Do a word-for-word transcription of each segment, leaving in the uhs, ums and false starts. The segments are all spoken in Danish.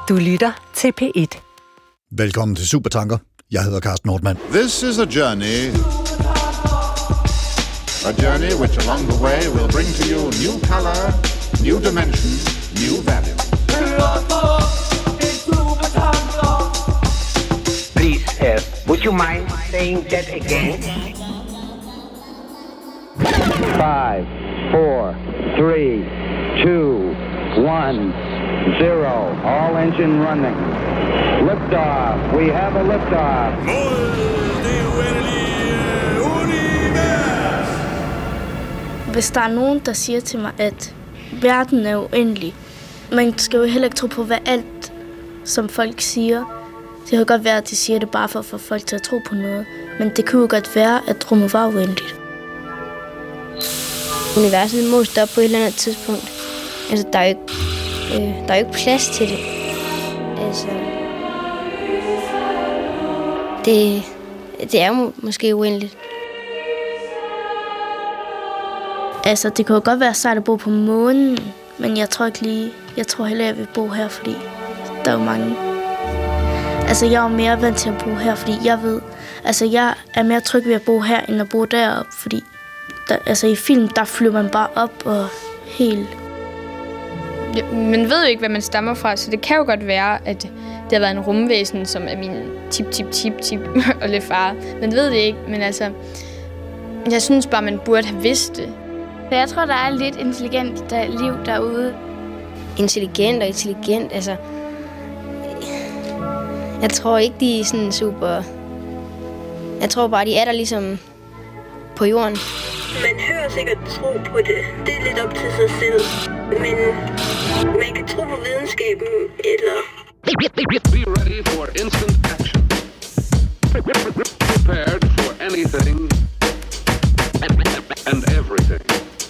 Du lytter til P et. Velkommen til Supertanker. Jeg hedder Carsten Nordmann. This is a journey. A journey which along the way will bring to you new color, new dimension, new value. Please, uh, would you mind saying that again? Five, four, three, two, one, zero. All engine running. Liftoff. We have a liftoff. Hvis der er nogen, der siger til mig, at verden er uendelig, man skal jo heller ikke tro på, hvad alt, som folk siger. Det kan godt være, at de siger det bare for at få folk til at tro på noget. Men det kunne jo godt være, at rummet var uendeligt. Universet må stoppe på et eller andet tidspunkt. Altså, der er jo ikke, øh, der er jo ikke plads til det. Altså, det, det er jo måske uendeligt. Altså, det kan jo godt være sejt at bo på månen, men jeg tror ikke lige, jeg tror heller, jeg vil bo her, fordi der er jo mange. Altså, jeg er mere vant til at bo her, fordi jeg ved, altså, jeg er mere tryg ved at bo her, end at bo deroppe, fordi der, altså, i film, der flyver man bare op og helt. Ja, man ved jo ikke, hvad man stammer fra, så det kan jo godt være, at det har været en rumvæsen, som er min tip-tip-tip-tip og lidt far. Man ved det ikke, men altså, jeg synes bare, man burde have vidst det. Så jeg tror, der er lidt intelligent der, liv derude. Intelligent og intelligent, altså... Jeg tror ikke, de er sådan super... Jeg tror bare, de er der ligesom på jorden. Man hører sikkert tro på det. Det er lidt op til sig selv. Men man kan tro på videnskaben, eller... Be ready for instant action. Prepared for anything and everything.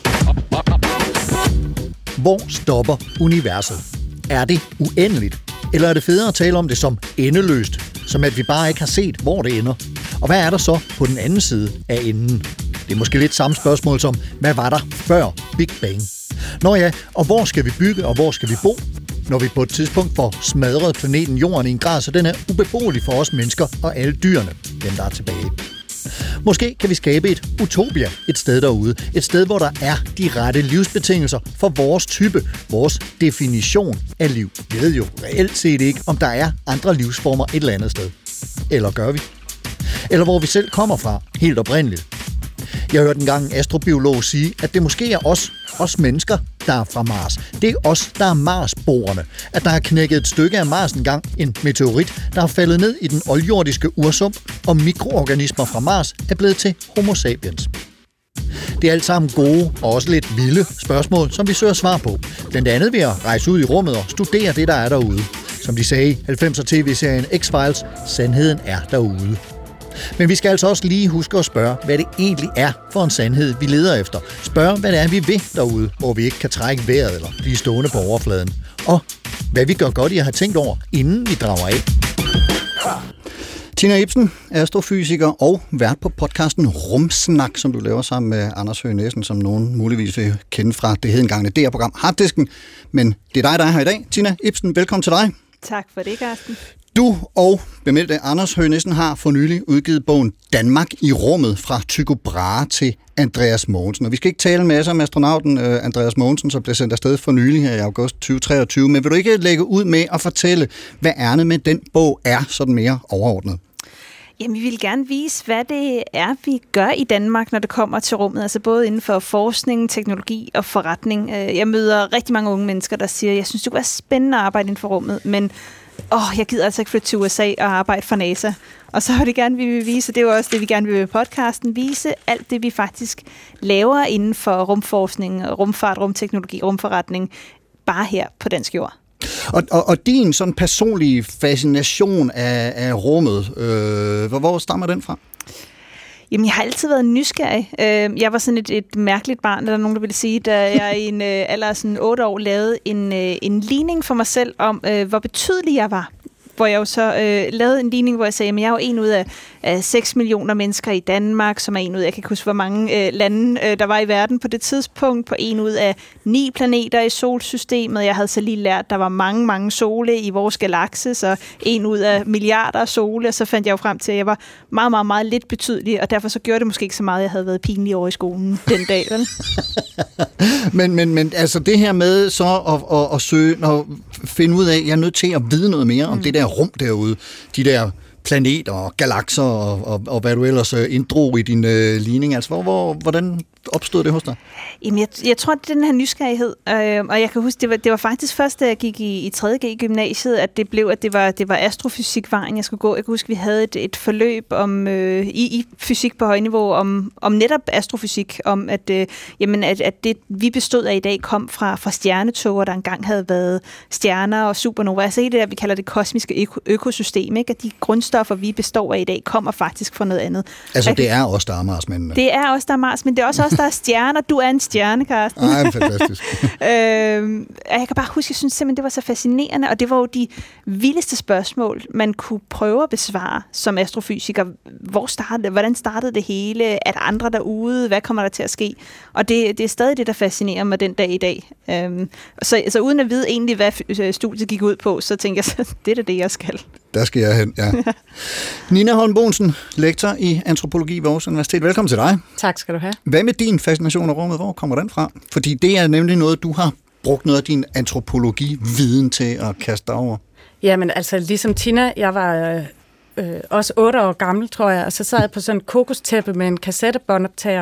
Hvor stopper universet? Er det uendeligt? Eller er det federe at tale om det som endeløst? Som at vi bare ikke har set, hvor det ender? Og hvad er der så på den anden side af enden? Det er måske lidt samme spørgsmål som, hvad var der før Big Bang? Nå ja, og hvor skal vi bygge, og hvor skal vi bo? Når vi på et tidspunkt får smadret planeten Jorden i en grad, så den er ubeboelig for os mennesker og alle dyrene, dem der er tilbage. Måske kan vi skabe et utopia, et sted derude. Et sted, hvor der er de rette livsbetingelser for vores type, vores definition af liv. Vi ved jo reelt set ikke, om der er andre livsformer et eller andet sted. Eller gør vi? Eller hvor vi selv kommer fra, helt oprindeligt. Jeg hørte engang en astrobiolog sige, at det måske er os, os mennesker, der er fra Mars. Det er os, der er Marsboerne. At der er knækket et stykke af Mars engang, en meteorit, der er faldet ned i den oldjordiske ursump, og mikroorganismer fra Mars er blevet til Homo sapiens. Det er alt sammen gode og også lidt vilde spørgsmål, som vi søger svar på. Blandt andet ved at rejse ud i rummet og studere det, der er derude. Som de sagde i halvfemser tv-serien X-Files, sandheden er derude. Men vi skal altså også lige huske at spørge, hvad det egentlig er for en sandhed, vi leder efter. Spørge, hvad det er, vi vil derude, hvor vi ikke kan trække vejret eller blive stående på overfladen. Og hvad vi gør godt i at have tænkt over, inden vi drager af. Tina Ibsen, astrofysiker og vært på podcasten Rumsnak, som du laver sammen med Anders Høgh Nissen, som nogen muligvis vil kende fra det hedengangne D R-program Harddisken. Men det er dig, der er her i dag. Tina Ibsen, velkommen til dig. Tak for det, Carsten. Du og bemeldte Anders Høgh Nissen har for nylig udgivet bogen Danmark i rummet fra Tycho Brahe til Andreas Mogensen. Og vi skal ikke tale en masse om astronauten uh, Andreas Mogensen, som blev sendt afsted for nylig her i august tyve treogtyve. Men vil du ikke lægge ud med at fortælle, hvad ærnet med den bog er, sådan mere overordnet? Jamen, vi vil gerne vise, hvad det er, vi gør i Danmark, når det kommer til rummet. Altså både inden for forskning, teknologi og forretning. Jeg møder rigtig mange unge mennesker, der siger, jeg synes, det kunne være spændende at arbejde inden for rummet, men åh, jeg gider altså ikke flytte til U S A og arbejde for NASA. Og så har det gerne, vi vil vise, det er jo også det, vi gerne vil med podcasten, vise alt det, vi faktisk laver inden for rumforskning, rumfart, rumteknologi, rumforretning, bare her på dansk jord. Og, og, og din sådan personlige fascination af, af rummet, øh, hvor, hvor stammer den fra? Jamen, jeg har altid været nysgerrig. Jeg var sådan et, et mærkeligt barn, eller nogen, der ville sige, da jeg i en alder af sådan otte år lavede en, en ligning for mig selv om, hvor betydelig jeg var. hvor jeg jo så øh, lavede en ligning, hvor jeg sagde, at jeg er jo en ud af, af seks millioner mennesker i Danmark, som er en ud af, jeg kan ikke huske, hvor mange øh, lande, øh, der var i verden på det tidspunkt, på en ud af ni planeter i solsystemet. Jeg havde så lige lært, at der var mange, mange sole i vores galakse, så en ud af milliarder af sole, og så fandt jeg jo frem til, at jeg var meget, meget, meget lidt betydelig, og derfor så gjorde det måske ikke så meget, at jeg havde været pinlig over i skolen den dag, vel? men, men, men altså det her med så at, at, at søge og finde ud af, at jeg er nødt til at vide noget mere mm. om det der rum derude, de der planeter og galakser og, og, og hvad du ellers inddrog i din øh, ligning. Altså, hvor, hvor, hvordan opstod det hos dig? Jamen, jeg, jeg tror, det er den her nysgerrighed, øh, og jeg kan huske, det var, det var faktisk først, da jeg gik i, i tredje G i gymnasiet, at det blev, at det var, det var astrofysikvejen, jeg skulle gå. Jeg kan huske, vi havde et, et forløb om, øh, i, i fysik på højniveau om, om netop astrofysik, om at, øh, jamen, at, at det, vi bestod af i dag, kom fra, fra stjernetoger, der engang havde været stjerner og supernova. Altså det der, vi kalder det kosmiske øko, økosystem, ikke? At de grundstoffer, vi består af i dag, kommer faktisk fra noget andet. Altså, det er også der er Marsmændene. Det er også der er Mars, men det er også der er stjerner. Du er en stjerne, Carsten. Ej, fantastisk. øhm, jeg kan bare huske, jeg synes simpelthen, det var så fascinerende, og det var jo de vildeste spørgsmål, man kunne prøve at besvare som astrofysiker. Hvor startede, hvordan startede det hele? Er der andre derude? Hvad kommer der til at ske? Og det, det er stadig det, der fascinerer mig den dag i dag. Øhm, så, så uden at vide egentlig, hvad studiet gik ud på, så tænker jeg, så det er da det, jeg skal. Der skal jeg hen, ja. Nina Holm-Bogensen, lektor i antropologi ved Aarhus Universitet. Velkommen til dig. Tak skal du have. Hvad med din fascination af rummet? Hvor kommer den fra? Fordi det er nemlig noget, du har brugt noget af din antropologi-viden til at kaste dig over. Jamen altså, ligesom Tina, jeg var øh, også otte år gammel, tror jeg, og så sad jeg på sådan en kokostæppe med en kassettebåndoptager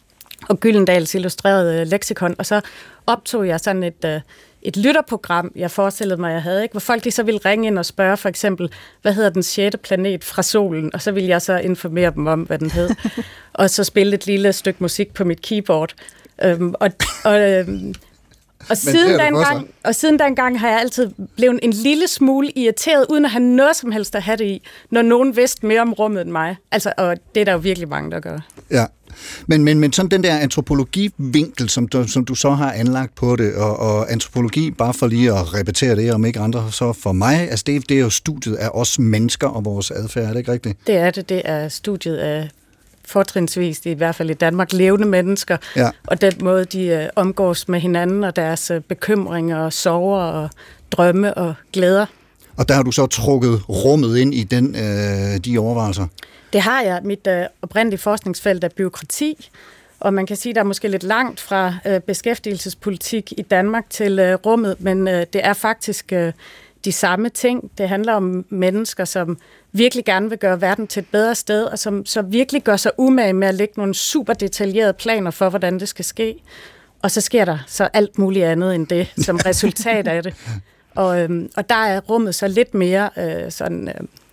og Gyldendals illustrerede øh, leksikon, og så optog jeg sådan et... Øh, et lytterprogram, jeg forestillede mig, jeg havde, ikke? Hvor folk de så ville ringe ind og spørge for eksempel, hvad hedder den sjette planet fra solen? Og så ville jeg så informere dem om, hvad den hed. Og så spille et lille stykke musik på mit keyboard. Øhm, og, og, øhm, og, siden dengang, og siden dengang har jeg altid blevet en lille smule irriteret, uden at have noget som helst at have det i, når nogen vidste mere om rummet end mig. Altså, og det er der jo virkelig mange, der gør. Ja. Men, men, men sådan den der antropologivinkel, som du, som du så har anlagt på det, og, og antropologi, bare for lige at repetere det, om ikke andre, så for mig, altså det, det er jo studiet af os mennesker og vores adfærd, er det ikke rigtigt? Det er det, det er studiet af fortrinsvis, i hvert fald i Danmark, levende mennesker, ja. Og den måde, de uh, omgås med hinanden, og deres uh, bekymringer, og sorger, og drømme og glæder. Og der har du så trukket rummet ind i den, øh, de overvejelser? Det har jeg. Mit øh, oprindelige forskningsfelt er bureaukrati, og man kan sige, der er måske lidt langt fra øh, beskæftigelsespolitik i Danmark til øh, rummet, men øh, det er faktisk øh, de samme ting. Det handler om mennesker, som virkelig gerne vil gøre verden til et bedre sted, og som så virkelig gør sig umage med at lægge nogle super detaljerede planer for, hvordan det skal ske. Og så sker der så alt muligt andet end det, som resultat af det. Og, øhm, og der er rummet så lidt mere øh, sådan... Øh,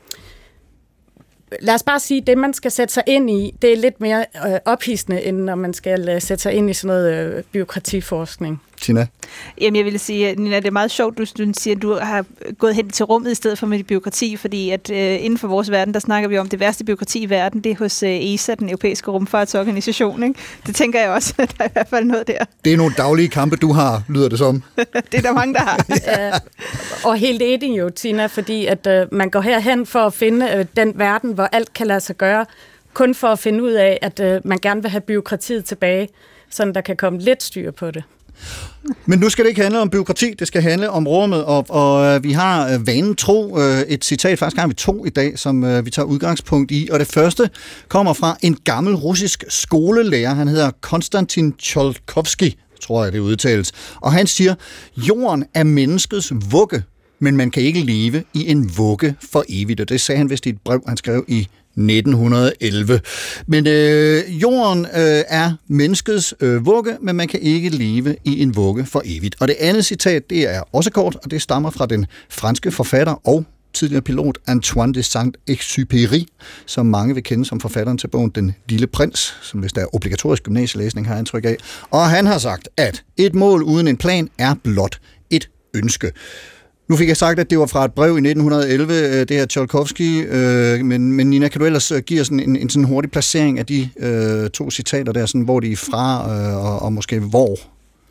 lad os bare sige, det man skal sætte sig ind i, det er lidt mere øh, ophidsende, end når man skal øh, sætte sig ind i sådan noget øh, bureaukratiforskning. Tina? Jamen, jeg vil sige, Nina, det er meget sjovt, du, du siger, at du har gået hen til rummet i stedet for med bureaukrati, fordi at øh, inden for vores verden, der snakker vi om det værste bureaukrati i verden, det er hos øh, E S A, den europæiske rumfartsorganisation, ikke? Det tænker jeg også, at der er i hvert fald noget der. Det er nogle daglige kampe, du har, lyder det som. Det er der mange, der har. Ja. Og helt enig jo, Tina, fordi at øh, man går herhen for at finde øh, den verden, hvor alt kan lade sig gøre, kun for at finde ud af, at øh, man gerne vil have bureaukratiet tilbage, sådan der kan komme lidt styr på det. Men nu skal det ikke handle om bureaukrati, det skal handle om rummet, og, og vi har vanen tro et citat, faktisk har vi to i dag, som vi tager udgangspunkt i, og det første kommer fra en gammel russisk skolelærer, han hedder Konstantin Tsiolkovsky, tror jeg det udtales, og han siger, jorden er menneskets vugge, men man kan ikke leve i en vugge for evigt, og det sagde han vist i et brev, han skrev i nitten elleve. Men øh, jorden øh, er menneskets øh, vugge, men man kan ikke leve i en vugge for evigt. Og det andet citat, det er også kort, og det stammer fra den franske forfatter og tidligere pilot Antoine de Saint-Exupéry, som mange vil kende som forfatteren til bogen Den Lille Prins, som hvis der er obligatorisk gymnasielæsning, har jeg indtryk af. Og han har sagt, at et mål uden en plan er blot et ønske. Nu fik jeg sagt, at det var fra et brev i nitten elleve, det her Tsiolkovsky, øh, men, men Nina, kan du ellers give os en, en, en sådan hurtig placering af de øh, to citater der, sådan, hvor de er fra, øh, og, og måske hvor?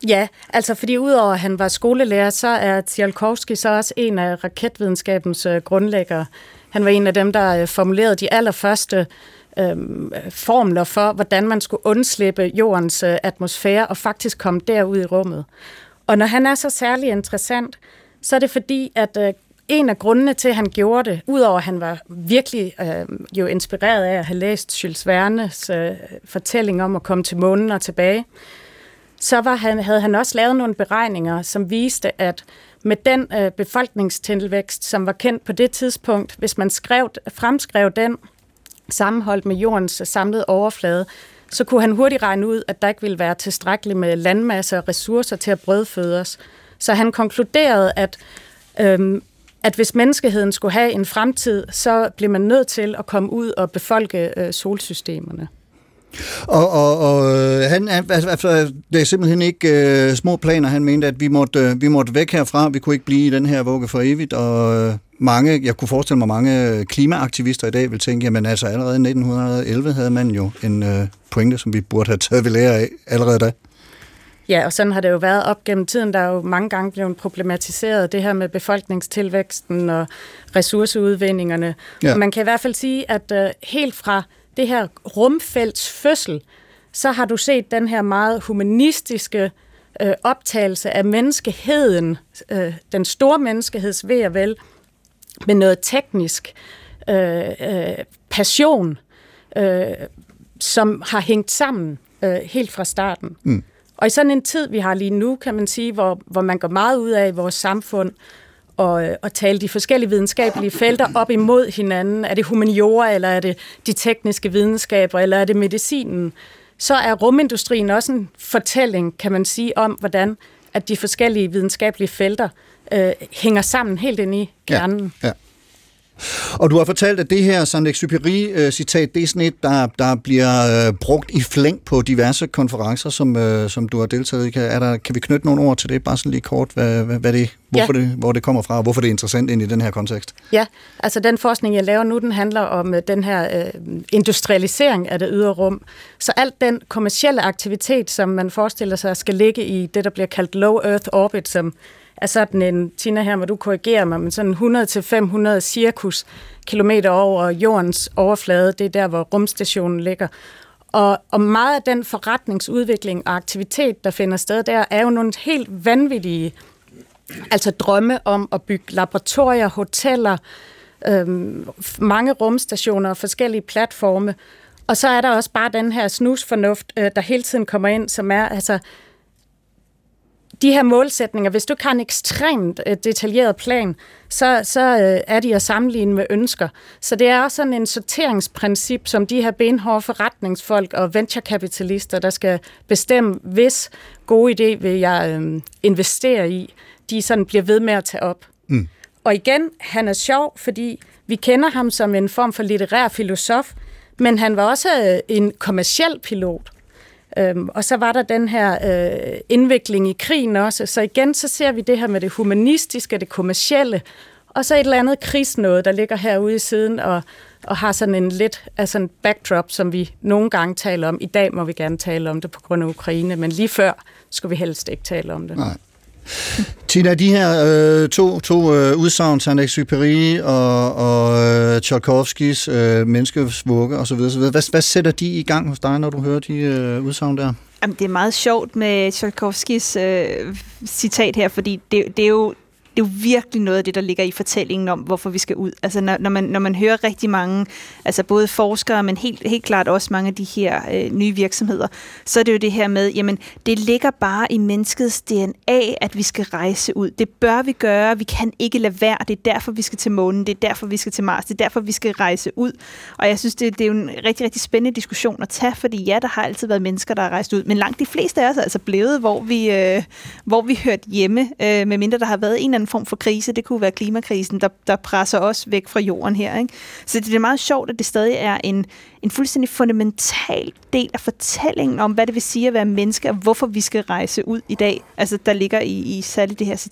Ja, altså fordi udover at han var skolelærer, så er Tsiolkovsky så også en af raketvidenskabens øh, grundlæggere. Han var en af dem, der øh, formulerede de allerførste øh, formler for, hvordan man skulle undslippe jordens øh, atmosfære og faktisk komme derud i rummet. Og når han er så særlig interessant, så er det fordi, at øh, en af grundene til, at han gjorde det, udover at han var virkelig øh, jo inspireret af at have læst Jules Vernes øh, fortælling om at komme til månen og tilbage, så var han, havde han også lavet nogle beregninger, som viste, at med den øh, befolkningstilvækst, som var kendt på det tidspunkt, hvis man skrev, fremskrev den sammenholdt med jordens samlede overflade, så kunne han hurtigt regne ud, at der ikke ville være tilstrækkeligt med landmasse og ressourcer til at brødføde os. Så han konkluderede, at, øhm, at hvis menneskeheden skulle have en fremtid, så blev man nødt til at komme ud og befolke øh, solsystemerne. Og, og, og han, altså, det er simpelthen ikke uh, små planer. Han mente, at vi måtte, uh, vi måtte væk herfra. Vi kunne ikke blive i den her vugge for evigt. Og uh, mange, jeg kunne forestille mig, mange klimaaktivister i dag vil tænke, jamen altså allerede i nitten elleve havde man jo en uh, pointe, som vi burde have taget ved lære af allerede da. Ja, og sådan har det jo været op gennem tiden. Der er jo mange gange blevet problematiseret det her med befolkningstilvæksten og ressourceudvindingerne. Ja. Og man kan i hvert fald sige, at uh, helt fra det her rumfelts fødsel, så har du set den her meget humanistiske øh, optagelse af menneskeheden, øh, den store menneskeheds ved og vel, med noget teknisk øh, øh, passion, øh, som har hængt sammen øh, helt fra starten. Mm. Og i sådan en tid, vi har lige nu, kan man sige, hvor, hvor man går meget ud af i vores samfund, Og, og tale de forskellige videnskabelige felter op imod hinanden. Er det humaniora, eller er det de tekniske videnskaber, eller er det medicinen? Så er rumindustrien også en fortælling, kan man sige, om hvordan at de forskellige videnskabelige felter øh, hænger sammen helt ind i kernen. Ja, ja. Og du har fortalt, at det her Saint-Exupéry-citat, det er sådan et, der, der bliver øh, brugt i flæng på diverse konferencer, som, øh, som du har deltaget i. Kan, er der, kan vi knytte nogle ord til det? Bare sådan lige kort, hvad, hvad, hvad det, hvorfor ja. det, hvor det kommer fra, og hvorfor det er interessant ind i den her kontekst? Ja, altså den forskning, jeg laver nu, den handler om øh, den her øh, industrialisering af det ydre rum. Så alt den kommercielle aktivitet, som man forestiller sig skal ligge i det, der bliver kaldt low Earth orbit, som er sådan en, Tina her, hvor du korrigerer mig, men sådan hundrede til fem hundrede cirkus kilometer over jordens overflade, det er der, hvor rumstationen ligger. Og, og meget af den forretningsudvikling og aktivitet, der finder sted der, er jo nogle helt vanvittige, altså drømme om at bygge laboratorier, hoteller, øhm, mange rumstationer og forskellige platforme. Og så er der også bare den her snusfornuft, øh, der hele tiden kommer ind, som er altså de her målsætninger, hvis du ikke har en ekstremt øh, detaljeret plan, så, så øh, er de at sammenligne med ønsker. Så det er også sådan en sorteringsprincip, som de her benhårde forretningsfolk og venturekapitalister, der skal bestemme, hvis gode idé vil jeg øh, investere i, de sådan bliver ved med at tage op. Mm. Og igen, han er sjov, fordi vi kender ham som en form for litterær filosof, men han var også øh, en kommerciel pilot. Øhm, og så var der den her øh, indvikling i krigen også. Så igen, så ser vi det her med det humanistiske, det kommercielle, og så et eller andet krigsnåde, der ligger herude i siden, og, og har sådan en lidt altså en backdrop, som vi nogle gange taler om. I dag må vi gerne tale om det på grund af Ukraine, men lige før skulle vi helst ikke tale om det. Nej. Tina, de her øh, to, to øh, udsagn, Saint-Exupéry og, og øh, Tjolkovskis øh, menneskevugge osv., hvad, hvad sætter de i gang hos dig, når du hører de øh, udsagn der? Jamen, det er meget sjovt med Tjolkovskis øh, citat her, fordi det, det er jo det er jo virkelig noget af det, der ligger i fortællingen om, hvorfor vi skal ud. Altså, når, når, man, når man hører rigtig mange, altså både forskere, men helt, helt klart også mange af de her øh, nye virksomheder, så er det jo det her med, jamen, det ligger bare i menneskets D N A, at vi skal rejse ud. Det bør vi gøre, vi kan ikke lade være. Det er derfor, vi skal til månen, det er derfor, vi skal til Mars, det er derfor, vi skal rejse ud. Og jeg synes, det, det er jo en rigtig, rigtig spændende diskussion at tage, fordi ja, der har altid været mennesker, der har rejst ud, men langt de fleste af os er altså blevet, hvor vi, øh, hvor vi hørte hjemme, øh, medmindre der har været en anden form for krise. Det kunne være klimakrisen, der, der presser os væk fra jorden her. Ikke? Så det er meget sjovt, at det stadig er en, en fuldstændig fundamental del af fortællingen om, hvad det vil sige at være menneske, og hvorfor vi skal rejse ud i dag. Altså, der ligger i, i særligt det her citat.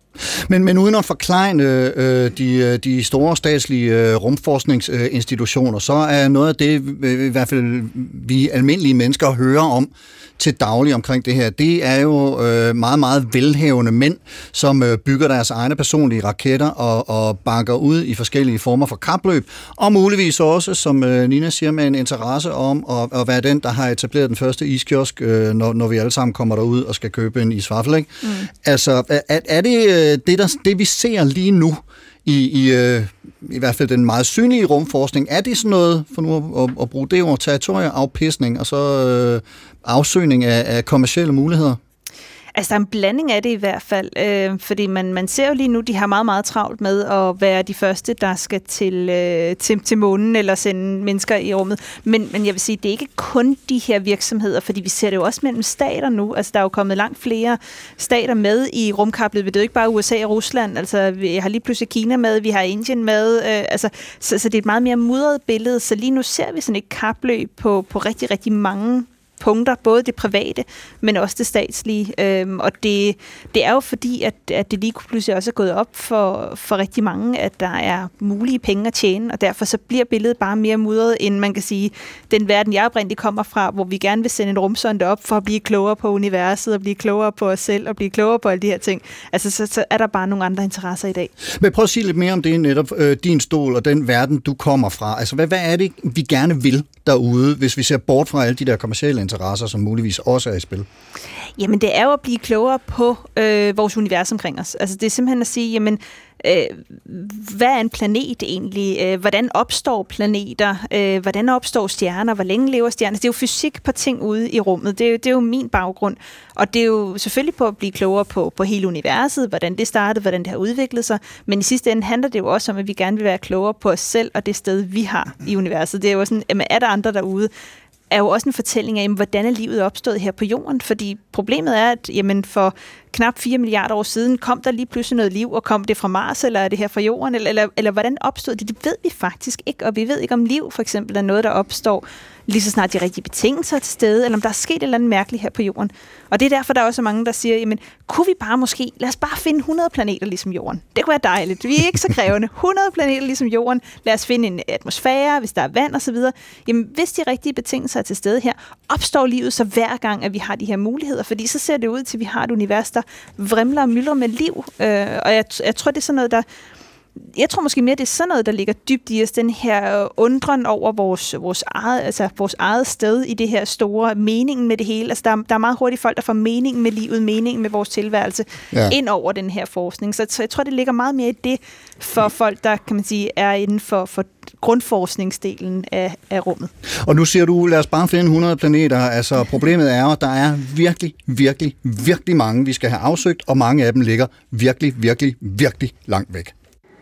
Men, men uden at forklejne øh, de, de store statslige øh, rumforskningsinstitutioner, så er noget af det, i hvert fald vi almindelige mennesker hører om til daglig omkring det her, det er jo øh, meget, meget velhavende mænd, som øh, bygger deres egne personlige raketter og, og banker ud i forskellige former for kapløb, og muligvis også, som øh, Nina siger, med en interesse om at, at være den, der har etableret den første iskiosk, øh, når, når vi alle sammen kommer derud og skal købe en isvaffel, ikke? Mm. Altså, er, er det øh, det, der, det, vi ser lige nu, i, i, øh, i hvert fald den meget synlige rumforskning, er det sådan noget, for nu at, at, at bruge det ord, territorieafpisning og så øh, afsøgning af, af kommercielle muligheder? Altså, der er en blanding af det i hvert fald, øh, fordi man, man ser jo lige nu, de har meget, meget travlt med at være de første, der skal til, øh, til, til månen eller sende mennesker i rummet. Men, men jeg vil sige, det er ikke kun de her virksomheder, fordi vi ser det jo også mellem stater nu. Altså, der er jo kommet langt flere stater med i rumkaplet. Det er jo ikke bare U S A og Rusland. Altså, vi har lige pludselig Kina med, vi har Indien med. Øh, altså, så, så det er et meget mere mudret billede. Så lige nu ser vi sådan et kapløb på, på rigtig, rigtig mange punkter, både det private, men også det statslige. Øhm, og det, det er jo fordi, at, at det lige pludselig også er gået op for, for rigtig mange, at der er mulige penge at tjene, og derfor så bliver billedet bare mere mudret, end man kan sige, den verden, jeg oprindeligt kommer fra, hvor vi gerne vil sende en rumsonde op for at blive klogere på universet, og blive klogere på os selv, og blive klogere på alle de her ting. Altså, så, så er der bare nogle andre interesser i dag. Men prøv at sige lidt mere om det, netop øh, din stol og den verden, du kommer fra. Altså, hvad, hvad er det, vi gerne vil derude, hvis vi ser bort fra alle de der kommercielle interesser, som muligvis også er i spil? Jamen, det er jo at blive klogere på øh, vores univers omkring os. Altså, det er simpelthen at sige, jamen, øh, hvad er en planet egentlig? Øh, hvordan opstår planeter? Øh, hvordan opstår stjerner? Hvor længe lever stjerner? Det er jo fysik på ting ude i rummet. Det er jo, det er jo min baggrund. Og det er jo selvfølgelig på at blive klogere på, på hele universet, hvordan det startede, hvordan det har udviklet sig. Men i sidste ende handler det jo også om, at vi gerne vil være klogere på os selv og det sted, vi har i universet. Det er jo sådan, jamen, er der andre derude? Er jo også en fortælling af, jamen, hvordan er livet opstået her på jorden? Fordi problemet er, at jamen, for knap fire milliarder år siden kom der lige pludselig noget liv, og kom det fra Mars, eller er det her fra jorden? Eller, eller, eller hvordan opstod det? Det ved vi faktisk ikke, og vi ved ikke, om liv for eksempel er noget, der opstår lige så snart de rigtige betingelser er til stede, eller om der er sket et eller andet mærkeligt her på jorden. Og det er derfor, der er også mange, der siger, jamen, kunne vi bare måske, lad os bare finde hundrede planeter ligesom jorden. Det kunne være dejligt. Vi er ikke så krævende. hundrede planeter ligesom jorden. Lad os finde en atmosfære, hvis der er vand osv. Jamen, hvis de rigtige betingelser er til stede her, opstår livet så hver gang, at vi har de her muligheder. Fordi så ser det ud til, at vi har et univers, der vrimler og myldrer med liv. Øh, og jeg, jeg tror, det er sådan noget, der Jeg tror måske mere, det er sådan noget, der ligger dybt i os, den her undren over vores, vores, eget, altså vores eget sted i det her store, meningen med det hele. Altså, der, der er meget hurtigt folk, der får meningen med livet, meningen med vores tilværelse, ja, ind over den her forskning. Så, så jeg tror, det ligger meget mere i det for folk, der kan man sige, er inden for, for grundforskningsdelen af, af rummet. Og nu siger du, lad os bare finde hundrede planeter. Altså, problemet er jo, at der er virkelig, virkelig, virkelig mange, vi skal have afsøgt, og mange af dem ligger virkelig, virkelig, virkelig langt væk.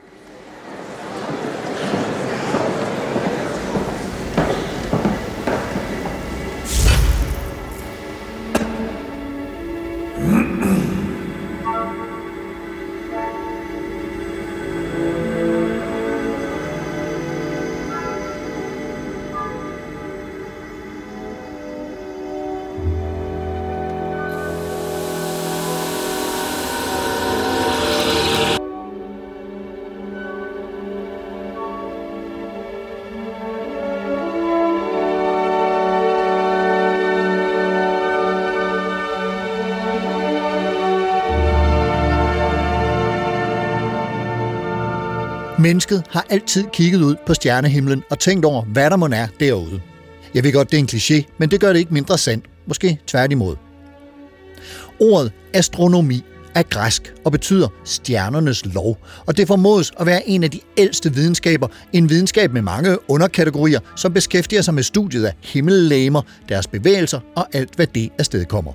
Mennesket har altid kigget ud på stjernehimlen og tænkt over, hvad der mon er derude. Jeg ved godt, det er en kliché, men det gør det ikke mindre sandt. Måske tværtimod. Ordet astronomi er græsk og betyder stjernernes lov, og det formodes at være en af de ældste videnskaber, en videnskab med mange underkategorier, som beskæftiger sig med studiet af himmellegemer, deres bevægelser og alt, hvad det afstedkommer.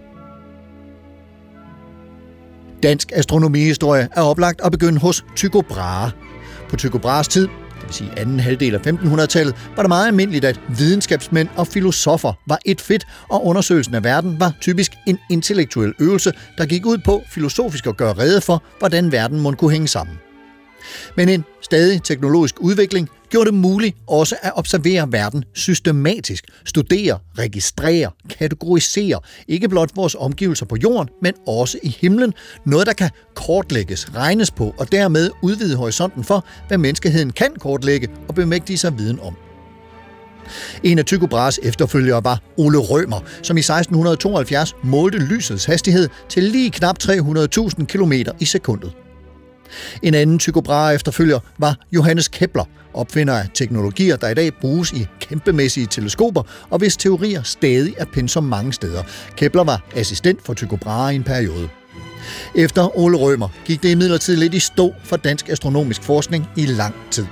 Dansk astronomihistorie er oplagt at begynde hos Tycho Brahe. På Tycho Brahes tid, det vil sige anden halvdel af femtenhundredetallet, var det meget almindeligt, at videnskabsmænd og filosofer var et fedt, og undersøgelsen af verden var typisk en intellektuel øvelse, der gik ud på filosofisk at gøre rede for, hvordan verden måtte kunne hænge sammen. Men en stadig teknologisk udvikling gjorde det muligt også at observere verden systematisk, studere, registrere, kategorisere ikke blot vores omgivelser på jorden, men også i himlen, noget der kan kortlægges, regnes på og dermed udvide horisonten for, hvad menneskeheden kan kortlægge og bemægtige sig viden om. En af Tycho Brahes efterfølgere var Ole Rømer, som i seksten tooghalvfjerds målte lysets hastighed til lige knap tre hundrede tusind kilometer i sekundet. En anden Tycho Brahe efterfølger var Johannes Kepler, opfinder af teknologier, der i dag bruges i kæmpemæssige teleskoper, og hvis teorier stadig er pensum mange steder. Kepler var assistent for Tycho Brahe i en periode. Efter Ole Rømer gik det imidlertid lidt i stå for dansk astronomisk forskning i lang tid.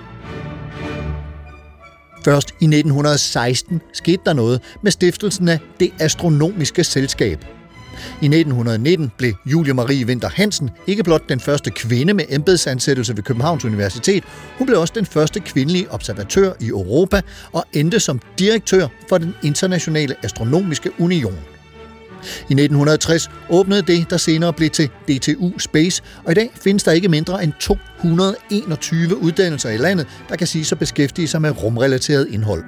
Først i nitten seksten skete der noget med stiftelsen af Det Astronomiske Selskab. I nitten nitten blev Julie Marie Winther Hansen ikke blot den første kvinde med embedsansættelse ved Københavns Universitet, hun blev også den første kvindelige observatør i Europa og endte som direktør for den Internationale Astronomiske Union. I nitten tres åbnede det, der senere blev til D T U Space, og i dag findes der ikke mindre end to hundrede og enogtyve uddannelser i landet, der kan siges at beskæftige sig med rumrelateret indhold.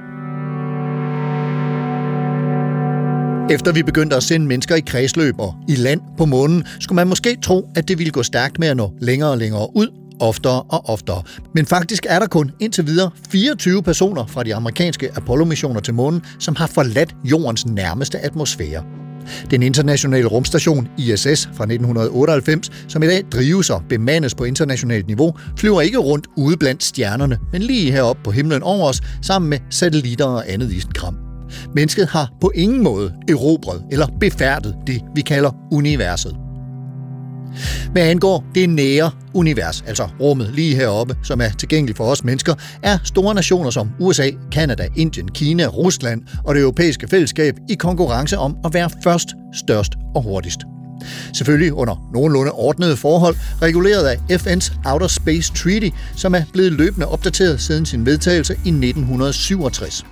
Efter vi begyndte at sende mennesker i kredsløb og i land på månen, skulle man måske tro, at det ville gå stærkt med at nå længere og længere ud, oftere og oftere. Men faktisk er der kun indtil videre fireogtyve personer fra de amerikanske Apollo-missioner til månen, som har forladt jordens nærmeste atmosfære. Den internationale rumstation I S S fra nitten otteoghalvfems, som i dag drives og bemandes på internationalt niveau, flyver ikke rundt ude blandt stjernerne, men lige heroppe på himlen over os, sammen med satellitter og andet isenkram. Mennesket har på ingen måde erobret eller befærdet det, vi kalder universet. Hvad angår det nære univers, altså rummet lige heroppe, som er tilgængeligt for os mennesker, er store nationer som U S A, Canada, Indien, Kina, Rusland og det europæiske fællesskab i konkurrence om at være først, størst og hurtigst. Selvfølgelig under nogenlunde ordnede forhold, reguleret af F N's Outer Space Treaty, som er blevet løbende opdateret siden sin vedtagelse i nitten syvogtres.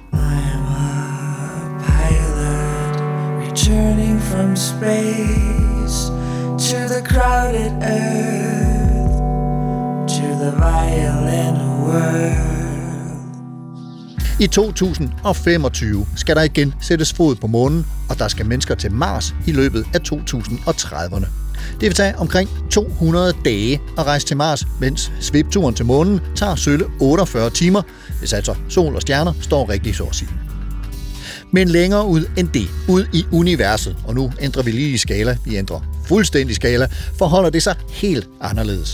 Returning from space to the crowded earth, to the violent world. I to tusind femogtyve skal der igen sættes fod på månen, og der skal mennesker til Mars i løbet af to tusind trediverne. Det vil tage omkring to hundrede dage at rejse til Mars, mens svipturen til månen tager sølle otteogfyrre timer, hvis altså sol og stjerner står rigtigt, så at sige. Men længere ud end det, ud i universet, og nu ændrer vi lige i skala, vi ændrer fuldstændig skala, forholder det sig helt anderledes.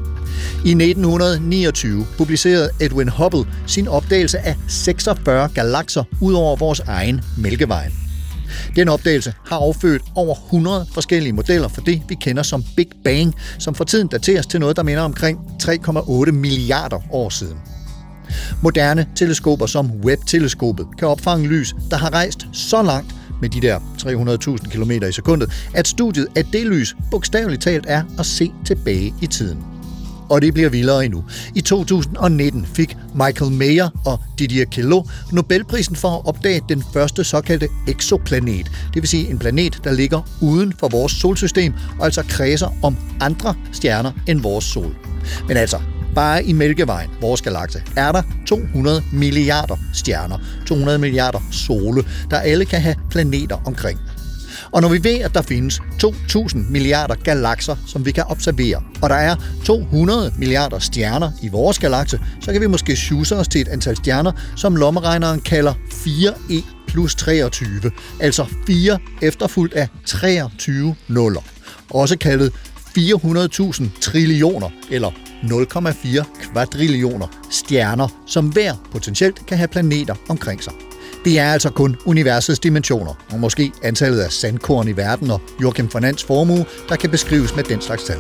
I nitten niogtyve publicerede Edwin Hubble sin opdagelse af seksogfyrre galakser ud over vores egen Mælkevej. Den opdagelse har affødt over hundrede forskellige modeller for det, vi kender som Big Bang, som for tiden dateres til noget, der minder omkring tre komma otte milliarder år siden. Moderne teleskoper som Webb-teleskopet kan opfange lys, der har rejst så langt med de der tre hundrede tusind kilometer i sekundet, at studiet af det lys bogstaveligt talt er at se tilbage i tiden. Og det bliver vildere endnu. I to tusind nitten fik Michael Mayer og Didier Queloz Nobelprisen for at opdage den første såkaldte eksoplanet, det vil sige en planet, der ligger uden for vores solsystem og altså kredser om andre stjerner end vores sol. Men altså, bare i Mælkevejen, vores galakse, er der to hundrede milliarder stjerner, to hundrede milliarder sole, der alle kan have planeter omkring. Og når vi ved, at der findes to tusind milliarder galakser, som vi kan observere, og der er to hundrede milliarder stjerner i vores galakse, så kan vi måske sjuse os til et antal stjerner, som lommeregneren kalder fire e plus treogtyve, altså fire efterfulgt af treogtyve nuller, også kaldet fire hundrede tusind trillioner eller nul komma fire kvadrillioner stjerner, som hver potentielt kan have planeter omkring sig. Det er altså kun universets dimensioner, og måske antallet af sandkorn i verden og Joachim von Ands formue, der kan beskrives med den slags tal.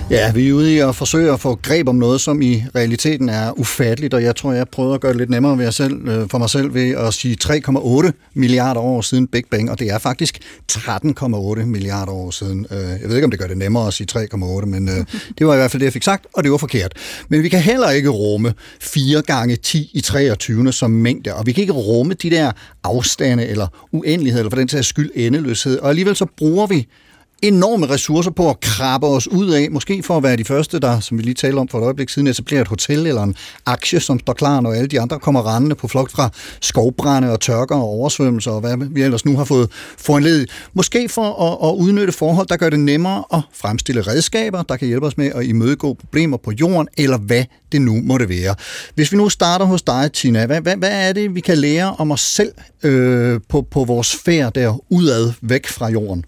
Ja, vi er ude i at forsøge at få greb om noget, som i realiteten er ufatteligt, og jeg tror, jeg prøvede at gøre det lidt nemmere ved jeg selv, for mig selv ved at sige tre komma otte milliarder år siden Big Bang, og det er faktisk tretten komma otte milliarder år siden. Jeg ved ikke, om det gør det nemmere at sige tre komma otte, men det var i hvert fald det, jeg fik sagt, og det var forkert. Men vi kan heller ikke rumme fire gange ti i treogtyve som mængde, og vi kan ikke rumme de der afstande eller uendelighed, eller for den sags skyld endeløshed, og alligevel så bruger vi enorme ressourcer på at krabbe os ud af, måske for at være de første, der, som vi lige talte om for et øjeblik siden, etablerer et hotel eller en aktie, som står klar, når alle de andre kommer rendende på flugt fra skovbrænde og tørker og oversvømmelser, og hvad vi ellers nu har fået foranledet. Måske for at, at udnytte forhold, der gør det nemmere at fremstille redskaber, der kan hjælpe os med at imødegå problemer på jorden, eller hvad det nu måtte være. Hvis vi nu starter hos dig, Tina, hvad, hvad, hvad er det, vi kan lære om os selv øh, på, på vores færd der udad væk fra jorden?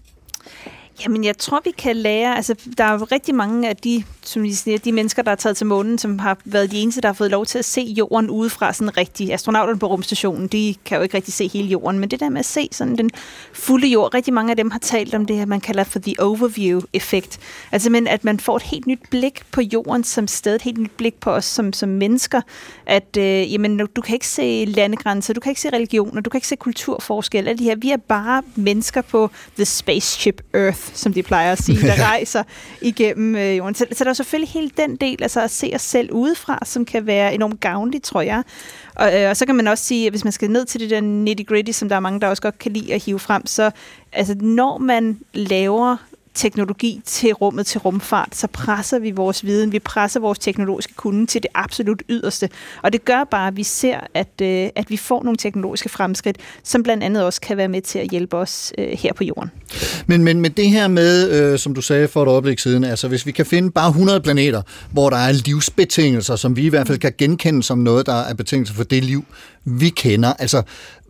Jamen, jeg tror, vi kan lære, altså, der er jo rigtig mange af de, som de siger, de mennesker, der er taget til månen, som har været de eneste, der har fået lov til at se jorden udefra sådan rigtigt. Astronauterne på rumstationen, de kan jo ikke rigtig se hele jorden, men det der med at se sådan den fulde jord, rigtig mange af dem har talt om det her, man kalder for the overview-effekt. Altså, men at man får et helt nyt blik på jorden som sted, et helt nyt blik på os som, som mennesker, at øh, jamen, du kan ikke se landegrænser, du kan ikke se religioner, du kan ikke se kulturforskel, alle de her. Vi er bare mennesker på the spaceship Earth, som de plejer at sige, der rejser igennem øh, jorden. Så, så der er selvfølgelig hele den del, altså at se os selv udefra, som kan være enormt gavnligt, tror jeg. Og, øh, og så kan man også sige, at hvis man skal ned til det der nitty-gritty, som der er mange, der også godt kan lide at hive frem, så altså, når man laver teknologi til rummet, til rumfart, så presser vi vores viden, vi presser vores teknologiske kunde til det absolut yderste. Og det gør bare, at vi ser, at, øh, at vi får nogle teknologiske fremskridt, som blandt andet også kan være med til at hjælpe os øh, her på jorden. Men, men med det her med, øh, som du sagde for et øjeblik siden, altså hvis vi kan finde bare hundrede planeter, hvor der er livsbetingelser, som vi i hvert fald kan genkende som noget, der er betingelser for det liv, vi kender, altså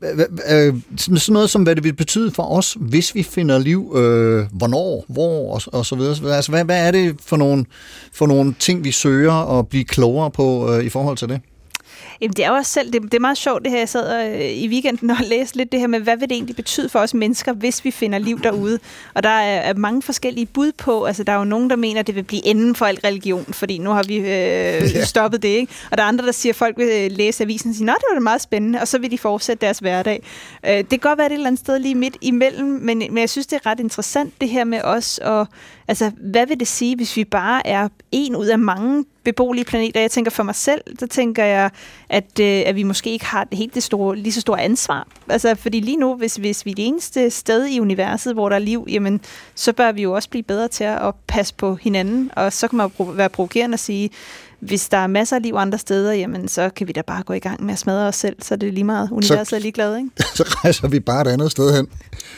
sådan noget som, hvad det vil betyde for os, hvis vi finder liv, øh, hvornår, hvor og, og så videre. Altså, hvad, hvad er det for nogle, for nogle ting, vi søger at blive klogere på øh, i forhold til det? Jamen, det er jo også selv, det, det er meget sjovt det her, jeg sad øh, i weekenden og læste lidt det her med, hvad vil det egentlig betyde for os mennesker, hvis vi finder liv derude? Og der er, er mange forskellige bud på, altså der er jo nogen, der mener, at det vil blive enden for al religion, fordi nu har vi øh, ja. stoppet det, ikke? Og der er andre, der siger, at folk vil læse avisen og sige, nå, det var da meget spændende, og så vil de fortsætte deres hverdag. Øh, det kan godt være det et eller andet sted lige midt imellem, men, men jeg synes, det er ret interessant det her med os, og altså, hvad vil det sige, hvis vi bare er en ud af mange beboelige planeter? Jeg tænker for mig selv, så tænker jeg, at, øh, at vi måske ikke har det helt det store, lige så store ansvar. Altså, fordi lige nu, hvis, hvis vi er det eneste sted i universet, hvor der er liv, jamen, så bør vi jo også blive bedre til at passe på hinanden, og så kan man jo være provokerende at sige, hvis der er masser af liv andre steder, jamen, så kan vi da bare gå i gang med at smadre os selv, så det er lige meget, universet så, er ligeglad, ikke? Så rejser vi bare et andet sted hen.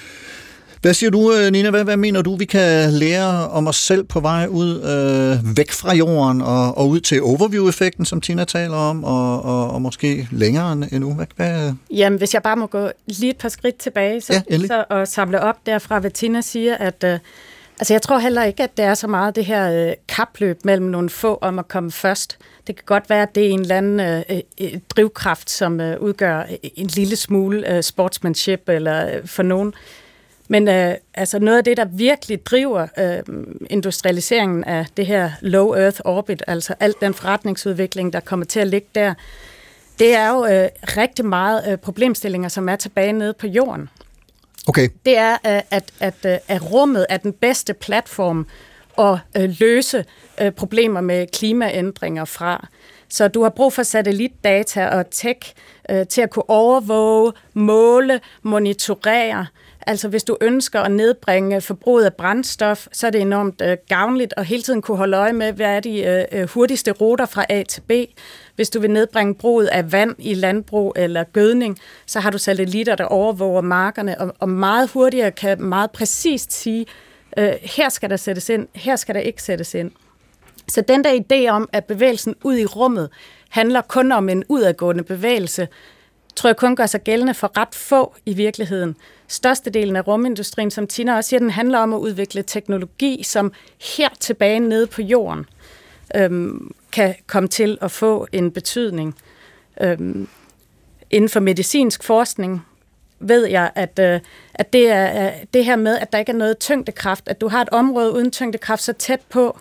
Hvad siger du, Nina? Hvad, hvad mener du, vi kan lære om os selv på vej ud øh, væk fra jorden og, og ud til overview-effekten, som Tina taler om, og, og, og måske længere endnu? Hvad, hvad? Jamen, hvis jeg bare må gå lige et par skridt tilbage så, ja, så, og samle op derfra, hvad Tina siger, at øh, altså, jeg tror heller ikke, at det er så meget det her øh, kapløb mellem nogle få om at komme først. Det kan godt være, at det er en eller anden øh, øh, drivkraft, som øh, udgør en lille smule øh, sportsmanship eller øh, for nogen. Men øh, altså noget af det, der virkelig driver øh, industrialiseringen af det her low Earth orbit, altså alt den forretningsudvikling, der kommer til at ligge der, det er jo øh, rigtig meget øh, problemstillinger, som er tilbage nede på jorden. Okay. Det er, øh, at, at, øh, at rummet er den bedste platform at øh, løse øh, problemer med klimaændringer fra. Så du har brug for satellitdata og tech øh, til at kunne overvåge, måle, monitorere. Altså hvis du ønsker at nedbringe forbruget af brændstof, så er det enormt øh, gavnligt at hele tiden kunne holde øje med, hvad er de øh, hurtigste ruter fra A til B. Hvis du vil nedbringe bruget af vand i landbrug eller gødning, så har du satellitter, der overvåger markerne, og, og meget hurtigere kan meget præcist sige, øh, her skal der sættes ind, her skal der ikke sættes ind. Så den der idé om, at bevægelsen ud i rummet handler kun om en udadgående bevægelse, tror jeg kun gør sig gældende for ret få i virkeligheden. Størstedelen af rumindustrien, som Tina også siger, den handler om at udvikle teknologi, som her tilbage nede på jorden øhm, kan komme til at få en betydning. Øhm, inden for medicinsk forskning ved jeg, at, øh, at det er det her med, at der ikke er noget tyngdekraft, at du har et område uden tyngdekraft så tæt på,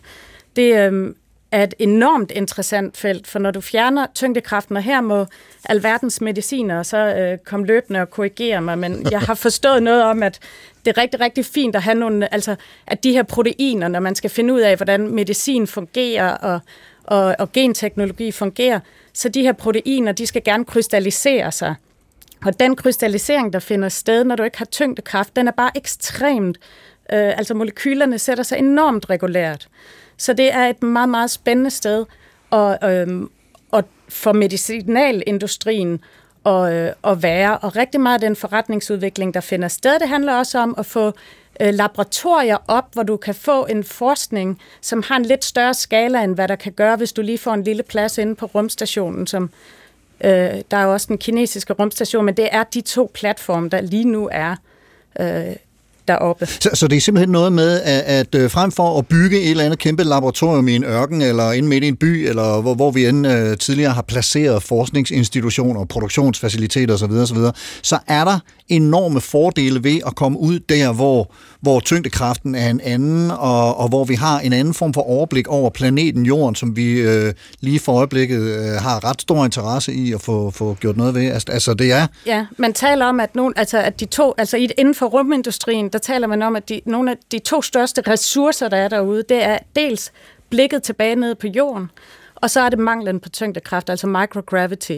det øh, er et enormt interessant felt, for når du fjerner tyngdekraften, og her må alverdens mediciner så øh, komme løbende og korrigere mig, men jeg har forstået noget om, at det er rigtig, rigtig fint at have nogle, altså at de her proteiner, når man skal finde ud af, hvordan medicin fungerer, og, og, og genteknologi fungerer, så de her proteiner, de skal gerne krystallisere sig. Og den krystallisering, der finder sted, når du ikke har tyngdekraft, den er bare ekstremt, øh, altså molekylerne sætter sig enormt regulært. Så det er et meget, meget spændende sted og, øh, og for medicinalindustrien at, øh, at være. Og rigtig meget af den forretningsudvikling, der finder sted, det handler også om at få øh, laboratorier op, hvor du kan få en forskning, som har en lidt større skala, end hvad der kan gøre, hvis du lige får en lille plads inde på rumstationen, som øh, der er jo også den kinesiske rumstation, men det er de to platforme, der lige nu er øh, deroppe. Så, så det er simpelthen noget med, at, at frem for at bygge et eller andet kæmpe laboratorium i en ørken, eller inde midt i en by, eller hvor, hvor vi end uh, tidligere har placeret forskningsinstitutioner, produktionsfaciliteter osv., osv., så er der enorme fordele ved at komme ud der, hvor, hvor tyngdekraften er en anden, og, og hvor vi har en anden form for overblik over planeten Jorden, som vi øh, lige for øjeblikket øh, har ret stor interesse i at få, få gjort noget ved. Altså, altså det er... Ja, man taler om, at, nogen, altså, at de to, altså inden for rumindustrien, der taler man om, at de, nogle af de to største ressourcer, der er derude, det er dels blikket tilbage ned på jorden, og så er det manglen på tyngdekraft, altså microgravity.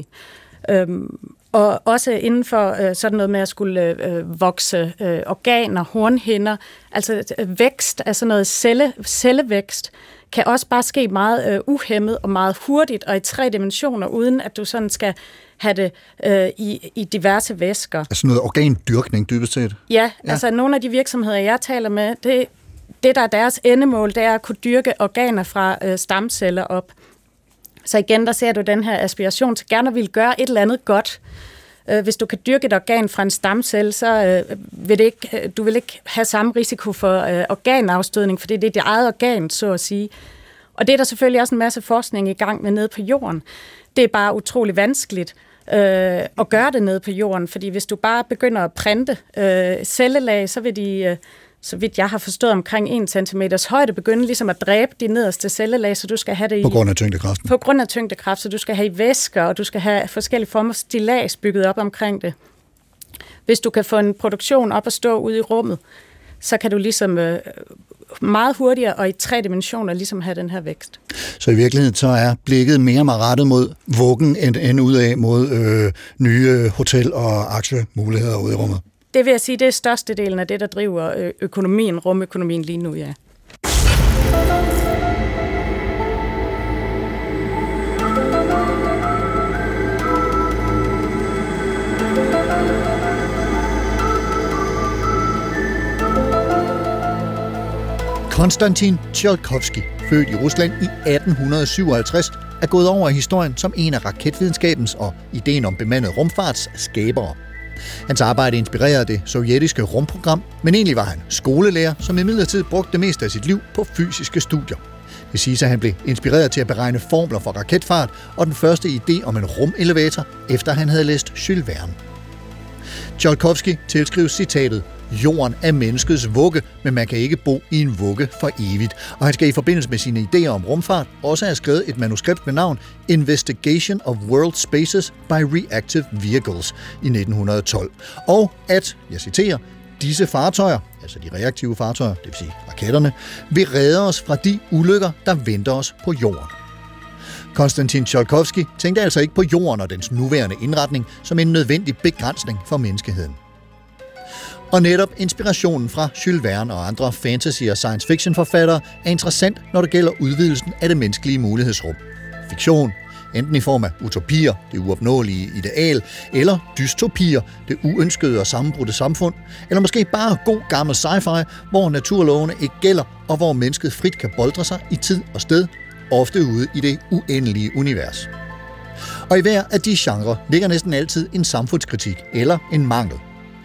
Øhm, og også inden for øh, sådan noget med at skulle øh, vokse øh, organer, hornhinder, altså øh, vækst, altså noget celle, cellevækst, kan også bare ske meget øh, uhæmmet og meget hurtigt, og i tre dimensioner, uden at du sådan skal have det øh, i, i diverse væsker. Altså noget organdyrkning dybest set? Ja, ja, altså nogle af de virksomheder, jeg taler med, det, det der er deres endemål, det er at kunne dyrke organer fra øh, stamceller op. Så igen, der ser du den her aspiration til gerne at ville gøre et eller andet godt. Hvis du kan dyrke et organ fra en stamcelle, så vil det ikke, du vil ikke have samme risiko for organafstødning, fordi det er dit eget organ, så at sige. Og det er der selvfølgelig også en masse forskning i gang med nede på jorden. Det er bare utrolig vanskeligt øh, at gøre det nede på jorden, fordi hvis du bare begynder at printe øh, cellelag, så vil de... Øh, så vidt jeg har forstået, omkring en centimeters højde, begynde ligesom at dræbe de nederste cellelag, så du skal have det i... På grund af tyngdekraften. På grund af tyngdekraft, så du skal have i væsker, og du skal have forskellige former for stillads bygget op omkring det. Hvis du kan få en produktion op at stå ude i rummet, så kan du ligesom øh, meget hurtigere og i tre dimensioner ligesom have den her vækst. Så i virkeligheden så er blikket mere meget rettet mod vuggen, end, end ud af mod øh, nye hotel- og aktiemuligheder ude i rummet. Det vil jeg sige, det er størstedelen af det, der driver økonomien, rumøkonomien lige nu, ja. Konstantin Tsiolkovsky, født i Rusland i atten syvoghalvtreds, er gået over i historien som en af raketvidenskabens og ideen om bemandet rumfarts skabere. Hans arbejde inspirerede det sovjetiske rumprogram, men egentlig var han skolelærer, som imidlertid brugte det meste af sit liv på fysiske studier. Det siges, at han blev inspireret til at beregne formler for raketfart og den første idé om en rumelevator, efter han havde læst Jules Verne. Tsiolkovsky tilskrives citatet: "Jorden er menneskets vugge, men man kan ikke bo i en vugge for evigt." Og han skal i forbindelse med sine idéer om rumfart også have skrevet et manuskript med navn Investigation of World Spaces by Reactive Vehicles i nitten tolv. Og at, jeg citerer, "disse fartøjer," altså de reaktive fartøjer, det vil sige raketterne, "vil redde os fra de ulykker, der venter os på jorden." Konstantin Tsiolkovsky tænkte altså ikke på jorden og dens nuværende indretning som en nødvendig begrænsning for menneskeheden. Og netop inspirationen fra Jules Verne og andre fantasy- og science fiction forfattere er interessant, når det gælder udvidelsen af det menneskelige mulighedsrum. Fiktion, enten i form af utopier, det uopnåelige ideal, eller dystopier, det uønskede og sammenbrudte samfund, eller måske bare god gammel sci-fi, hvor naturlovene ikke gælder, og hvor mennesket frit kan boldre sig i tid og sted, ofte ude i det uendelige univers. Og i hver af de genrer ligger næsten altid en samfundskritik eller en mangel.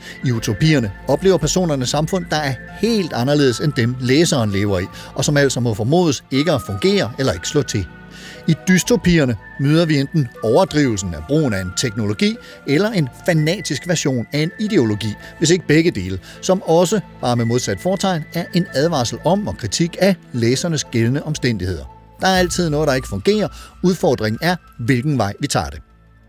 I utopierne oplever personerne samfund, der er helt anderledes end dem, læseren lever i, og som altså må formodes ikke at fungere eller ikke slå til. I dystopierne møder vi enten overdrivelsen af brugen af en teknologi eller en fanatisk version af en ideologi, hvis ikke begge dele, som også, bare med modsat fortegn, er en advarsel om og kritik af læsernes gældende omstændigheder. Der er altid noget, der ikke fungerer. Udfordringen er, hvilken vej vi tager det.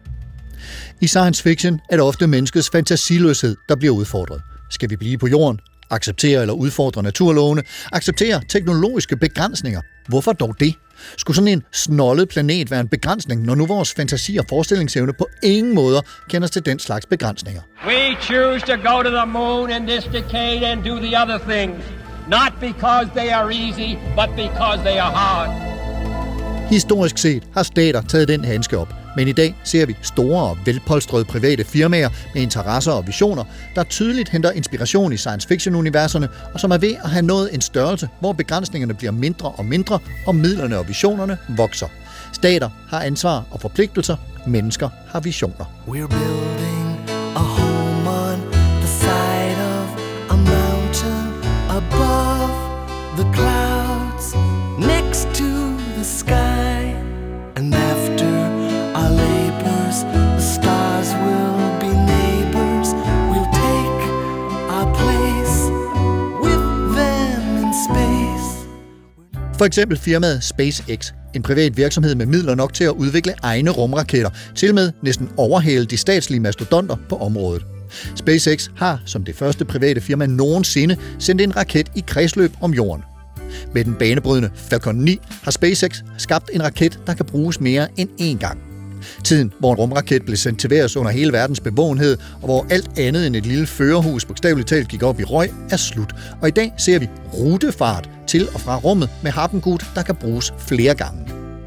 I science fiction er det ofte menneskets fantasiløshed, der bliver udfordret. Skal vi blive på jorden? Acceptere eller udfordre naturlovene? Acceptere teknologiske begrænsninger? Hvorfor dog det? Skulle sådan en snollet planet være en begrænsning, når nu vores fantasi og forestillingsevne på ingen måder kender til den slags begrænsninger? We choose to go to the moon in this decade and do the other things. Not because they are easy, but because they are hard. Historisk set har stater taget den handske op, men i dag ser vi store og velpolstrede private firmaer med interesser og visioner, der tydeligt henter inspiration i science fiction-universerne, og som er ved at have nået en størrelse, hvor begrænsningerne bliver mindre og mindre, og midlerne og visionerne vokser. Stater har ansvar og forpligtelser, mennesker har visioner. We're building a home on the side of a mountain above the clouds, next to the sky, and after our labors, the stars will be neighbors. We'll take our place with them in space. For eksempel firmaet SpaceX, en privat virksomhed med midler nok til at udvikle egne rumraketter, til med næsten overhale de statslige mastodonter på området. SpaceX har som det første private firma nogensinde sendt en raket i kredsløb om jorden. Med den banebrydende Falcon ni har SpaceX skabt en raket, der kan bruges mere end én gang. Tiden, hvor en rumraket blev sendt til værs under hele verdens bevågenhed, og hvor alt andet end et lille førerhus bogstaveligt talt gik op i røg, er slut. Og i dag ser vi rutefart til og fra rummet med harpengud, der kan bruges flere gange.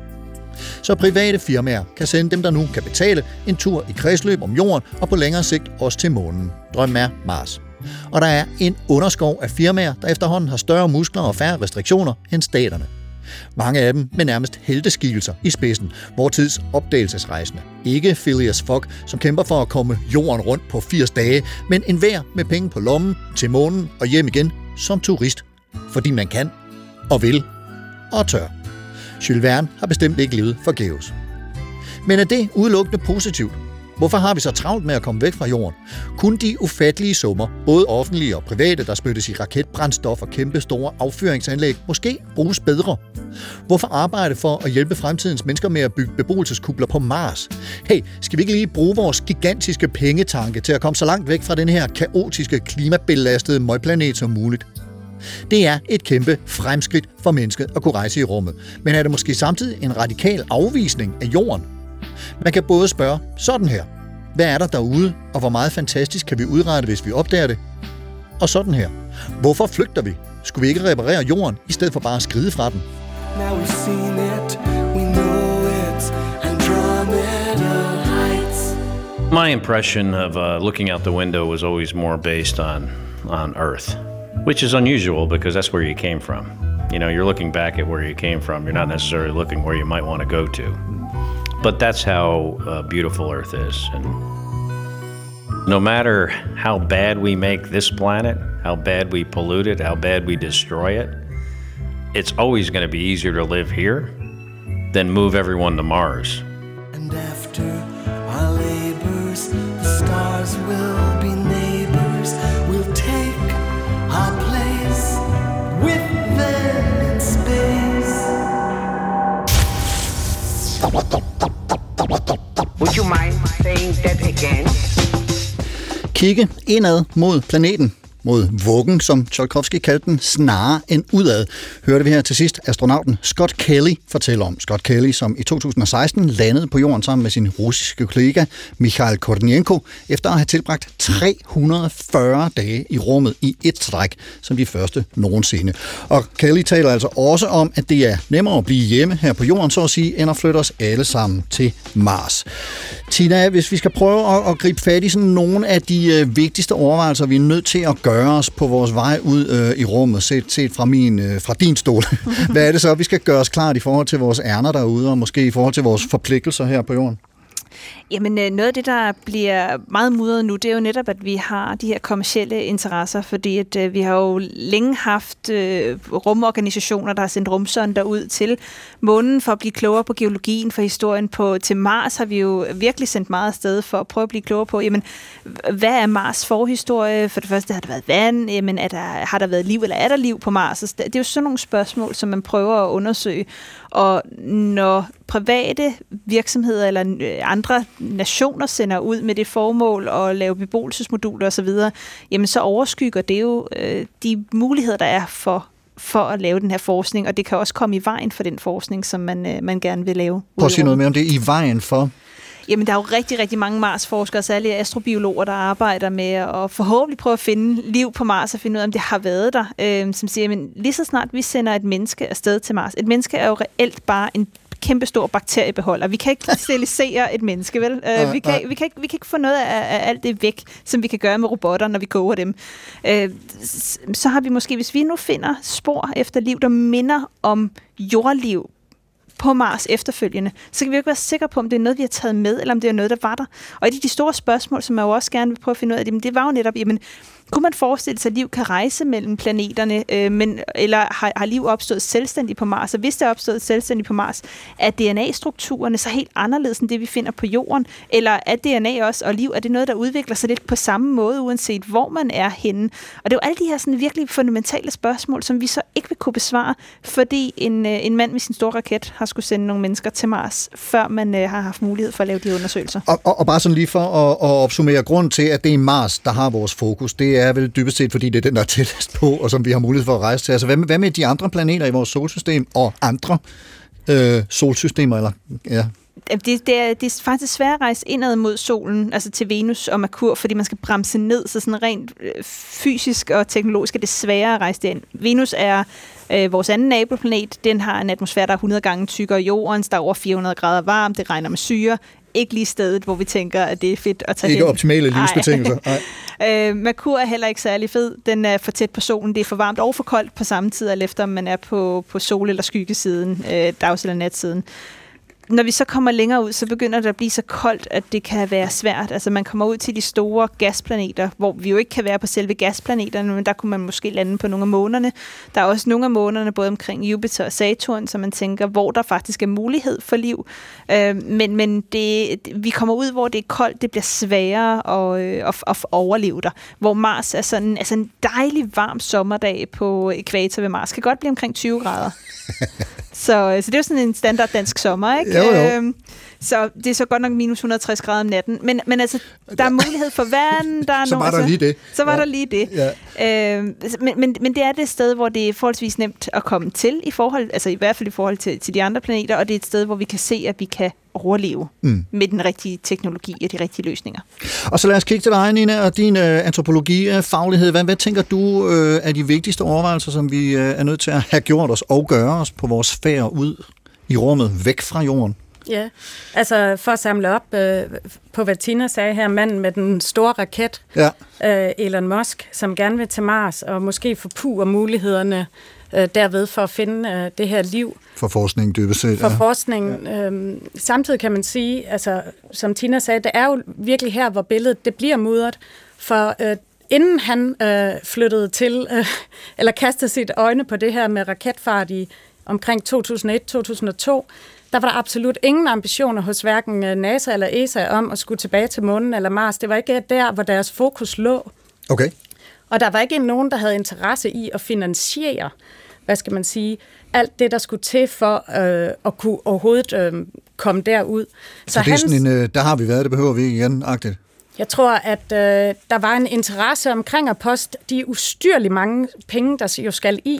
Så private firmaer kan sende dem, der nu kan betale, en tur i kredsløb om jorden og på længere sigt også til månen. Drømmen er Mars. Og der er en underskov af firmaer, der efterhånden har større muskler og færre restriktioner end staterne. Mange af dem med nærmest helteskikkelser i spidsen, vor tids opdagelsesrejsende. Ikke Phileas Fogg, som kæmper for at komme jorden rundt på firs dage, men enhver med penge på lommen, til månen og hjem igen som turist. Fordi man kan, og vil, og tør. Jules Verne har bestemt ikke levet forgæves. Men er det udelukkende positivt? Hvorfor har vi så travlt med at komme væk fra jorden? Kun de ufattelige summer, både offentlige og private, der spyttes i raketbrændstof og kæmpe store affyringsanlæg, måske bruges bedre? Hvorfor arbejde for at hjælpe fremtidens mennesker med at bygge beboelseskubler på Mars? Hey, skal vi ikke lige bruge vores gigantiske pengetanke til at komme så langt væk fra den her kaotiske, klimabelastede møgplanet som muligt? Det er et kæmpe fremskridt for mennesket at kunne rejse i rummet, men er det måske samtidig en radikal afvisning af jorden? Man kan både spørge sådan her: hvad er der derude, og hvor meget fantastisk kan vi udrette, hvis vi opdager det? Og sådan her: hvorfor flygter vi? Skulle vi ikke reparere jorden, i stedet for bare at skride fra den? Now we've seen it, we know it, Andromeda heights. My impression of uh, looking out the window was always more based on, on Earth, which is unusual because that's where you came from. You know, you're looking back at where you came from. You're not necessarily looking where you might want to go to. But that's how uh, beautiful Earth is. And no matter how bad we make this planet, how bad we pollute it, how bad we destroy it, it's always going to be easier to live here than move everyone to Mars. And after our labors, the stars will be neighbors. We'll take our place with them in space. Would you mind saying that again? Kigge indad mod planeten, mod vuggen, som Tsiolkovsky kaldte den, snarere end udad, hørte vi her til sidst astronauten Scott Kelly fortælle om. Scott Kelly, som i to tusind og seksten landede på jorden sammen med sin russiske kollega Mikhail Kornienko, efter at have tilbragt tre hundrede og fyrre dage i rummet i et træk, som de første nogensinde. Og Kelly taler altså også om, at det er nemmere at blive hjemme her på jorden, så at sige, end at flytte os alle sammen til Mars. Tina, hvis vi skal prøve at, at gribe fat i sådan nogle af de øh, vigtigste overvejelser, vi er nødt til at gøre os på vores vej ud øh, i rummet, set, set fra, min, øh, fra din stol. Hvad er det så, vi skal gøre os klart i forhold til vores ærner derude, og måske i forhold til vores forpligtelser her på jorden? Jamen noget af det, der bliver meget mudret nu, det er jo netop, at vi har de her kommercielle interesser, fordi at, øh, vi har jo længe haft øh, rumorganisationer, der har sendt rumsonder ud til månen for at blive klogere på geologien, for historien på til Mars har vi jo virkelig sendt meget afsted for at prøve at blive klogere på, jamen, hvad er Mars forhistorie? For det første, har der været vand? Jamen, er der, har der været liv, eller er der liv på Mars? Det er jo sådan nogle spørgsmål, som man prøver at undersøge. Og når private virksomheder eller andre nationer sender ud med det formål at lave beboelsesmoduler osv., jamen så overskygger det jo øh, de muligheder, der er for, for at lave den her forskning, og det kan også komme i vejen for den forskning, som man, øh, man gerne vil lave. Prøv at sige noget mere om det. I vejen for? Jamen, der er jo rigtig, rigtig mange Mars-forskere, særligt astrobiologer, der arbejder med at forhåbentlig prøve at finde liv på Mars og finde ud af, om det har været der, øh, som siger, men lige så snart vi sender et menneske afsted til Mars, et menneske er jo reelt bare en kæmpestor bakteriebeholder. Vi kan ikke sterilisere et menneske, vel? Uh, vi, kan, vi, kan ikke, vi kan ikke få noget af, af alt det væk, som vi kan gøre med robotter, når vi koger dem. Uh, så har vi måske, hvis vi nu finder spor efter liv, der minder om jordliv på Mars efterfølgende, så kan vi jo ikke være sikre på, om det er noget, vi har taget med, eller om det er noget, der var der. Og et af de store spørgsmål, som jeg jo også gerne vil prøve at finde ud af, det var jo netop, jamen, kunne man forestille sig, at liv kan rejse mellem planeterne, øh, men, eller har, har liv opstået selvstændigt på Mars? Og hvis det er opstået selvstændigt på Mars, er D N A-strukturerne så helt anderledes end det, vi finder på Jorden? Eller er D N A også, og liv, er det noget, der udvikler sig lidt på samme måde, uanset hvor man er henne? Og det er jo alle de her sådan virkelig fundamentale spørgsmål, som vi så ikke vil kunne besvare, fordi en, øh, en mand med sin store raket har skulle sende nogle mennesker til Mars, før man øh, har haft mulighed for at lave de undersøgelser. Og, og, og bare sådan lige for at, at opsummere, grund til, at det er Mars, der har vores fokus, det er vel dybest set, fordi det er den, der er tættest på, og som vi har mulighed for at rejse til. Altså, hvad med, hvad med de andre planeter i vores solsystem, og andre øh, solsystemer? Eller, ja. Det, det, er, det er faktisk svært at rejse indad mod solen, altså til Venus og Merkur, fordi man skal bremse ned, så sådan rent fysisk og teknologisk er det sværere at rejse derind. Venus er øh, vores anden naboplanet, den har en atmosfære, der er hundrede gange tykkere end jordens, der er over fire hundrede grader varmt, det regner med syre. Ikke lige stedet, hvor vi tænker, at det er fedt at tage Ikke hen. optimale livsbetingelser. øh, Merkur er heller ikke særlig fed. Den er for tæt på solen. Det er for varmt og for koldt på samme tid, alt efter om man er på, på sol- eller skyggesiden, øh, dags- eller natsiden. Når vi så kommer længere ud, så begynder det at blive så koldt, at det kan være svært. Altså man kommer ud til de store gasplaneter, hvor vi jo ikke kan være på selve gasplaneterne, men der kunne man måske lande på nogle af månerne. Der er også nogle af månerne, både omkring Jupiter og Saturn, så man tænker, hvor der faktisk er mulighed for liv. Øh, men men det, vi kommer ud, hvor det er koldt, det bliver sværere at, at, at overleve der. Hvor Mars er sådan altså en dejlig varm sommerdag på ækvator ved Mars. Kan godt blive omkring tyve grader. Så, så det er jo sådan en standard dansk sommer, ikke? Jo, jo. Øhm, så det er så godt nok minus et hundrede og tres grader om natten. Men, men altså, der er mulighed for vand. Der er så var no, der altså, lige det. Så var ja. der lige det. Ja. Øhm, men, men, men det er det sted, hvor det er forholdsvis nemt at komme til, i forhold, altså i hvert fald i forhold til, til de andre planeter, og det er et sted, hvor vi kan se, at vi kan overleve mm. med den rigtige teknologi og de rigtige løsninger. Og så lad os kigge til dig, Nina, og din øh, antropologi-faglighed. Hvad, hvad tænker du øh, er de vigtigste overvejelser, som vi øh, er nødt til at have gjort os og gøre os på vores færd ud i rummet, væk fra jorden? Ja, altså for at samle op øh, på, hvad Tina sagde her, manden med den store raket, ja. øh, Elon Musk, som gerne vil til Mars og måske forpure mulighederne øh, derved for at finde øh, det her liv. For forskning, dybest set. For ja. forskning. Ja. Øh, samtidig kan man sige, altså som Tina sagde, det er jo virkelig her, hvor billedet det bliver mudret, for øh, inden han øh, flyttede til, øh, eller kastede sit øjne på det her med raketfart i omkring to tusind og et til to tusind og to, der var der absolut ingen ambitioner hos hverken NASA eller E S A om at skulle tilbage til månen eller Mars. Det var ikke der, hvor deres fokus lå. Okay. Og der var ikke nogen, der havde interesse i at finansiere, hvad skal man sige, alt det, der skulle til for øh, at kunne overhovedet øh, komme derud. Så, så det er hans, sådan en, øh, der har vi været, det behøver vi ikke igen, agtigt. Jeg tror, at øh, der var en interesse omkring at poste de ustyrligt mange penge, der jo skal i.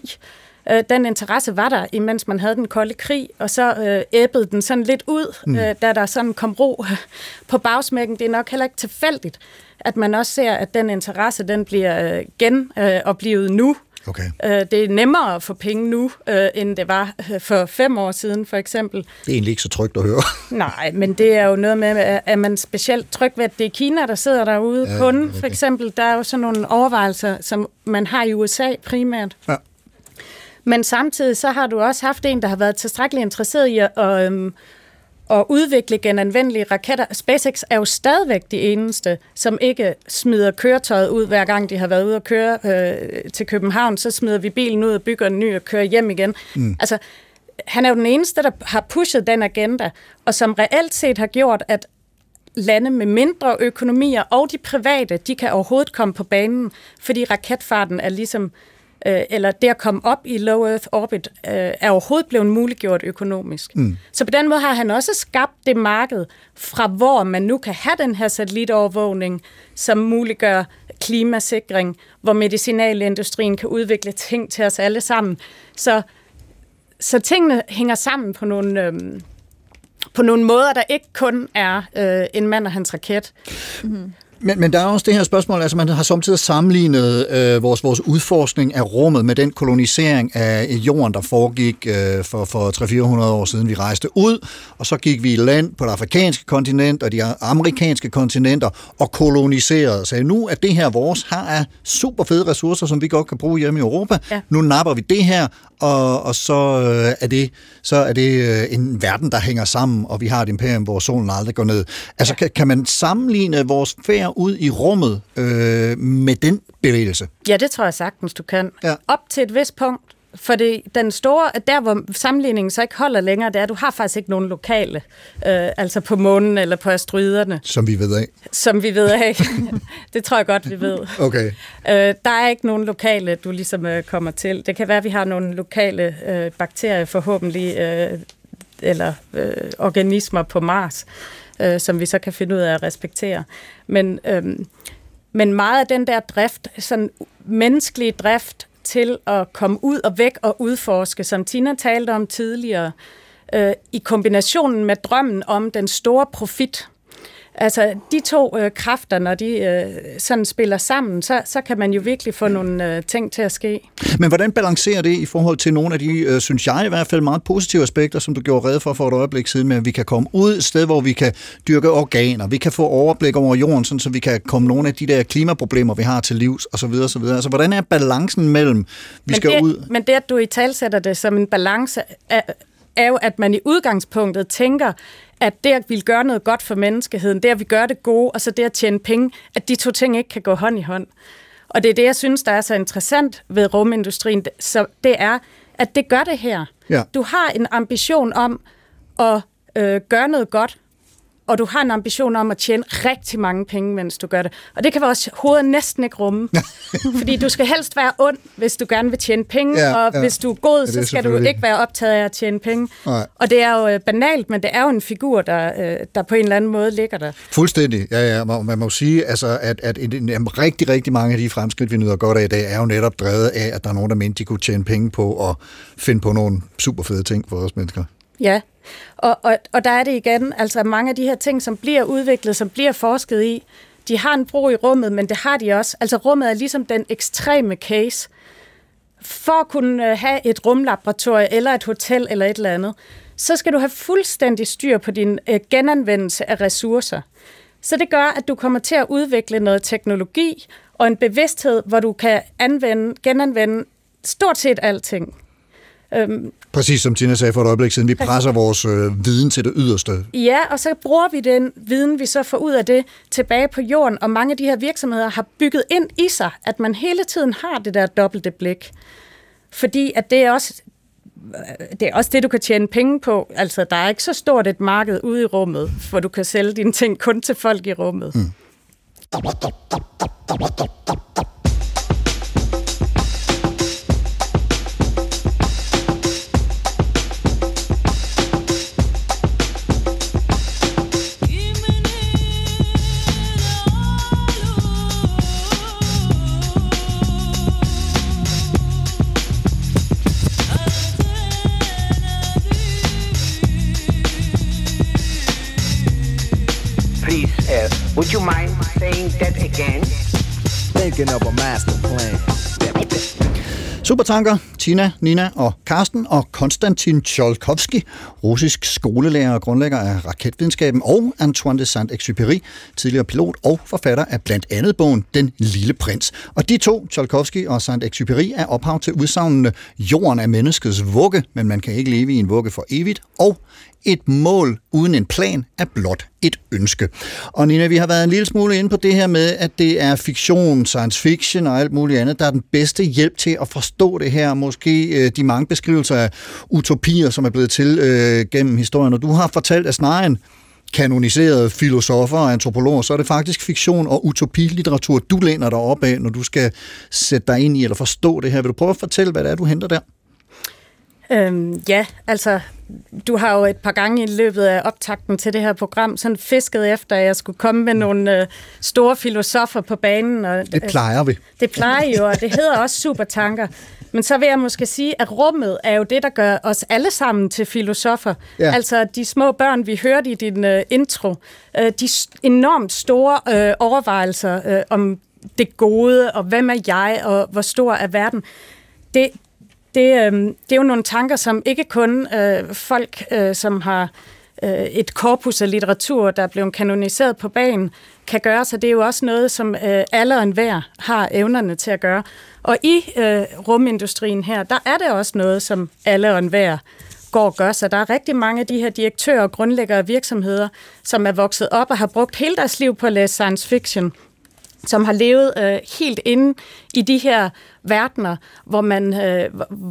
Den interesse var der, imens man havde den kolde krig, og så øh, æbbede den sådan lidt ud, mm. øh, da der sådan kom ro på bagsmækken. Det er nok heller ikke tilfældigt, at man også ser, at den interesse, den bliver øh, genoplevet øh, nu. Okay. Øh, det er nemmere at få penge nu, øh, end det var for fem år siden, for eksempel. Det er egentlig ikke så trygt at høre. Nej, men det er jo noget med, at man specielt tryg ved, at det er Kina, der sidder derude. Ja, Kunden, okay. For eksempel, der er jo sådan nogle overvejelser, som man har i U S A primært. Ja. Men samtidig så har du også haft en, der har været tilstrækkeligt interesseret i at, øhm, at udvikle genanvendelige raketter. SpaceX er jo stadigvæk de eneste, som ikke smider køretøjet ud, hver gang de har været ude at køre øh, til København. Så smider vi bilen ud og bygger en ny og kører hjem igen. Mm. Altså, han er jo den eneste, der har pushet den agenda, og som reelt set har gjort, at lande med mindre økonomier og de private, de kan overhovedet komme på banen, fordi raketfarten er ligesom, øh, eller det at komme op i low earth orbit, øh, er overhovedet blevet muliggjort økonomisk. Mm. Så på den måde har han også skabt det marked, fra hvor man nu kan have den her satellitovervågning, som muliggør klimasikring, hvor medicinalindustrien kan udvikle ting til os alle sammen. Så, så tingene hænger sammen på nogle... Øh, på nogle måder, der ikke kun er øh, en mand og hans raket. Mm-hmm. Men, men der er også det her spørgsmål, altså man har samtidig sammenlignet øh, vores, vores udforskning af rummet med den kolonisering af jorden, der foregik øh, for, for tre til fire hundrede år siden. Vi rejste ud, og så gik vi i land på det afrikanske kontinent og de amerikanske kontinenter og koloniserede. Så nu er det her vores, her er super fede ressourcer, som vi godt kan bruge hjemme i Europa. Ja. Nu napper vi det her, og, og så, øh, er det, så er det øh, en verden, der hænger sammen, og vi har et imperium, hvor solen aldrig går ned. Altså ja. kan, kan man sammenligne vores færd ud i rummet øh, med den bevægelse? Ja, det tror jeg sagtens, du kan. Ja. Op til et vist punkt. For det, den store, der hvor sammenligningen så ikke holder længere, det er, at du har faktisk ikke nogen lokale, øh, altså på månen eller på asteroiderne. Som vi ved af. Som vi ved af. Det tror jeg godt, vi ved. Okay. Øh, der er ikke nogen lokale, du ligesom øh, kommer til. Det kan være, at vi har nogle lokale øh, bakterier forhåbentlig, øh, eller øh, organismer på Mars, øh, som vi så kan finde ud af at respektere. Men, øh, men meget af den der drift, sådan menneskelig drift, til at komme ud og væk og udforske, som Tina talte om tidligere, øh, i kombinationen med drømmen om den store profit. Altså, de to øh, kræfter, når de øh, sådan spiller sammen, så, så kan man jo virkelig få nogle øh, ting til at ske. Men hvordan balancerer det i forhold til nogle af de, øh, synes jeg i hvert fald, meget positive aspekter, som du gjorde rede for for et øjeblik siden, med at vi kan komme ud et sted, hvor vi kan dyrke organer, vi kan få overblik over jorden, sådan, så vi kan komme nogle af de der klimaproblemer, vi har til livs, osv. osv. Altså, hvordan er balancen mellem, vi men skal det, ud... Men det, at du i talsætter det som en balance, er, er jo, at man i udgangspunktet tænker, at det at ville gøre noget godt for menneskeheden, det at vi gør det gode, og så det at tjene penge, at de to ting ikke kan gå hånd i hånd. Og det er det, jeg synes, der er så interessant ved rumindustrien, så det er, at det gør det her. Ja. Du har en ambition om at øh, gøre noget godt, og du har en ambition om at tjene rigtig mange penge, mens du gør det. Og det kan vores hoved næsten ikke rumme. Fordi du skal helst være ond, hvis du gerne vil tjene penge, ja, og ja. hvis du er god, så skal du ikke være optaget af at tjene penge. Nej. Og det er jo banalt, men det er jo en figur, der, der på en eller anden måde ligger der. Fuldstændig. Ja, ja. Man må sige, altså, at, at en, rigtig, rigtig mange af de fremskridt, vi nyder godt af i dag, er jo netop drevet af, at der er nogen, der mente, de kunne tjene penge på at finde på nogle super fede ting for os mennesker. Ja, og, og, og der er det igen, altså mange af de her ting, som bliver udviklet, som bliver forsket i, de har en brug i rummet, men det har de også. Altså rummet er ligesom den ekstreme case. For at kunne have et rumlaboratorie, eller et hotel, eller et eller andet, så skal du have fuldstændig styr på din øh, genanvendelse af ressourcer. Så det gør, at du kommer til at udvikle noget teknologi, og en bevidsthed, hvor du kan anvende, genanvende stort set alting. Øhm, Præcis som Tina sagde for et øjeblik siden, vi presser vores øh, viden til det yderste. Ja, og så bruger vi den viden, vi så får ud af det, tilbage på jorden, og mange af de her virksomheder har bygget ind i sig, at man hele tiden har det der dobbelte blik. Fordi at det er også det, er også det, du kan tjene penge på. Altså, der er ikke så stort et marked ude i rummet, hvor du kan sælge dine ting kun til folk i rummet. Mm. Would you mind saying that again? Thinking of a master plan. Supertanker, Tina, Nina og Karsten og Konstantin Tsiolkovsky, russisk skolelærer og grundlægger af raketvidenskaben, og Antoine de Saint-Exupéry, tidligere pilot og forfatter af blandt andet bogen Den Lille Prins. Og de to, Tsiolkovsky og Saint-Exupéry, er ophav til udsagnene Jorden er menneskets vugge, men man kan ikke leve i en vugge for evigt, og et mål uden en plan er blot et ønske. Og Nina, vi har været en lille smule inde på det her med, at det er fiktion, science fiction og alt muligt andet, der er den bedste hjælp til at forstå det her. Måske de mange beskrivelser af utopier, som er blevet til øh, gennem historien. Og du har fortalt, at snarere end kanoniserede filosofer og antropologer, så er det faktisk fiktion og utopilitteratur, du læner dig op af, når du skal sætte dig ind i eller forstå det her. Vil du prøve at fortælle, hvad det er, du henter der? Øhm, ja, altså, du har jo et par gange i løbet af optakten til det her program sådan fisket efter, at jeg skulle komme med nogle øh, store filosofer på banen. Og, det plejer vi. Øh, det plejer jo, og det hedder også Supertanker. Men så vil jeg måske sige, at rummet er jo det, der gør os alle sammen til filosofer. Ja. Altså de små børn, vi hørte i din øh, intro, øh, de enormt store øh, overvejelser øh, om det gode, og hvem er jeg, og hvor stor er verden. Det Det, øh, det er jo nogle tanker, som ikke kun øh, folk, øh, som har øh, et korpus af litteratur, der er blevet kanoniseret på banen, kan gøre, så det er jo også noget, som øh, alle og enhver har evnerne til at gøre. Og i øh, rumindustrien her, der er det også noget, som alle og enhver går og gør. Så der er rigtig mange af de her direktører og grundlæggere af virksomheder, som er vokset op og har brugt hele deres liv på at læse science fiction, som har levet øh, helt inde i de her verdener, hvor man, øh,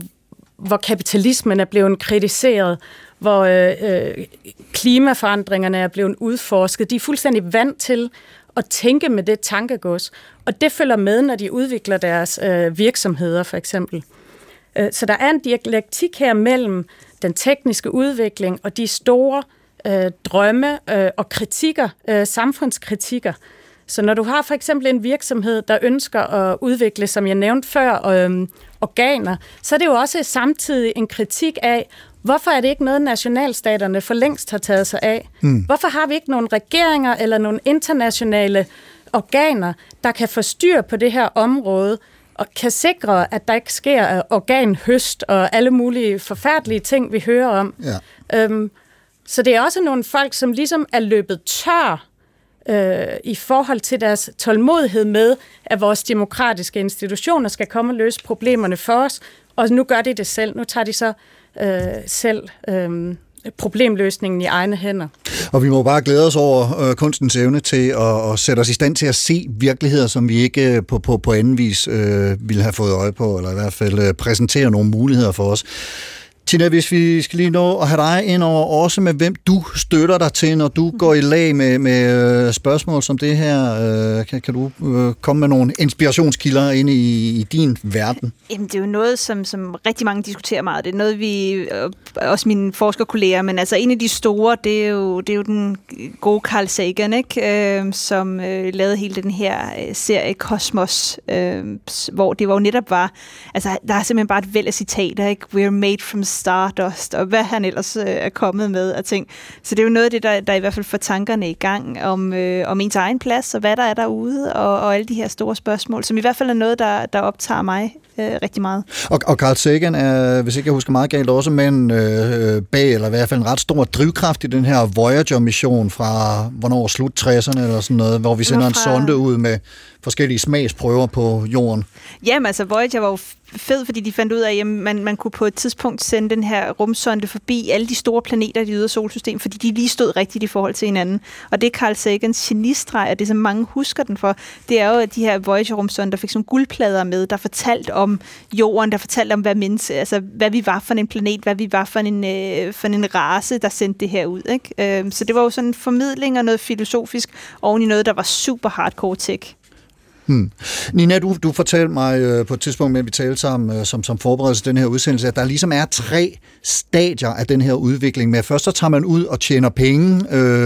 hvor kapitalismen er blevet kritiseret, hvor øh, øh, klimaforandringerne er blevet udforsket. De er fuldstændig vant til at tænke med det tankegods, og det følger med, når de udvikler deres øh, virksomheder, for eksempel. Øh, så der er en dialektik her mellem den tekniske udvikling og de store øh, drømme øh, og kritikker, øh, samfundskritikker. Så når du har for eksempel en virksomhed, der ønsker at udvikle, som jeg nævnte før, øh, organer, så er det jo også samtidig en kritik af, hvorfor er det ikke noget, nationalstaterne for længst har taget sig af? Mm. Hvorfor har vi ikke nogen regeringer eller nogle internationale organer, der kan få styr på det her område, og kan sikre, at der ikke sker organhøst og alle mulige forfærdelige ting, vi hører om? Ja. Øhm, så det er også nogle folk, som ligesom er løbet tør øh, i forhold til deres tålmodighed med, at vores demokratiske institutioner skal komme og løse problemerne for os, og nu gør de det selv. Nu tager de så øh, selv øh, problemløsningen i egne hænder. Og vi må bare glæde os over øh, kunstens evne til at, at sætte os i stand til at se virkeligheder, som vi ikke øh, på, på, på anden vis øh, ville have fået øje på, eller i hvert fald øh, præsentere nogle muligheder for os. Tina, hvis vi skal lige nå at have dig ind over også med, hvem du støtter dig til, når du går i lag med, med spørgsmål som det her. Øh, kan, kan du øh, komme med nogle inspirationskilder ind i, i din verden? Jamen, det er jo noget, som, som rigtig mange diskuterer meget. Det er noget, vi, øh, også mine forskerkolleger, men altså en af de store, det er jo, det er jo den gode Carl Sagan, ikke? Øh, som øh, lavede hele den her øh, serie Kosmos, øh, hvor det var jo netop var, altså der er simpelthen bare et væld af citater, ikke? We're made from Stardust, og hvad han ellers øh, er kommet med af ting. Så det er jo noget af det, der, der i hvert fald får tankerne i gang om, øh, om ens egen plads, og hvad der er derude, og, og alle de her store spørgsmål, som i hvert fald er noget, der, der optager mig øh, rigtig meget. Og, og Carl Sagan er, hvis ikke jeg husker meget galt, også med en øh, bag, eller i hvert fald en ret stor drivkraft i den her Voyager-mission fra, hvornår, slut tresserne eller sådan noget, hvor vi sender fra... en sonde ud med forskellige smagsprøver på jorden. Jamen altså, Voyager var jo fed, fordi de fandt ud af, at man, man kunne på et tidspunkt sende den her rumsonde forbi alle de store planeter i det ydre solsystem, fordi de lige stod rigtigt i forhold til hinanden. Og det Carl Sagans genistreg, og det som mange husker den for, det er jo, at de her Voyager-rumsonder fik sådan guldplader med, der fortalte om jorden, der fortalte om, hvad, menneske, altså, hvad vi var for en planet, hvad vi var for en, øh, for en race, der sendte det her ud. Ikke? Øh, så det var jo sådan en formidling og noget filosofisk oven i noget, der var super hardcore tech. Hmm. Nina, du, du fortalte mig øh, på et tidspunkt, mens vi talte sammen, øh, som, som forberedelse til den her udsendelse, at der ligesom er tre stadier af den her udvikling. Men først så tager man ud og tjener penge.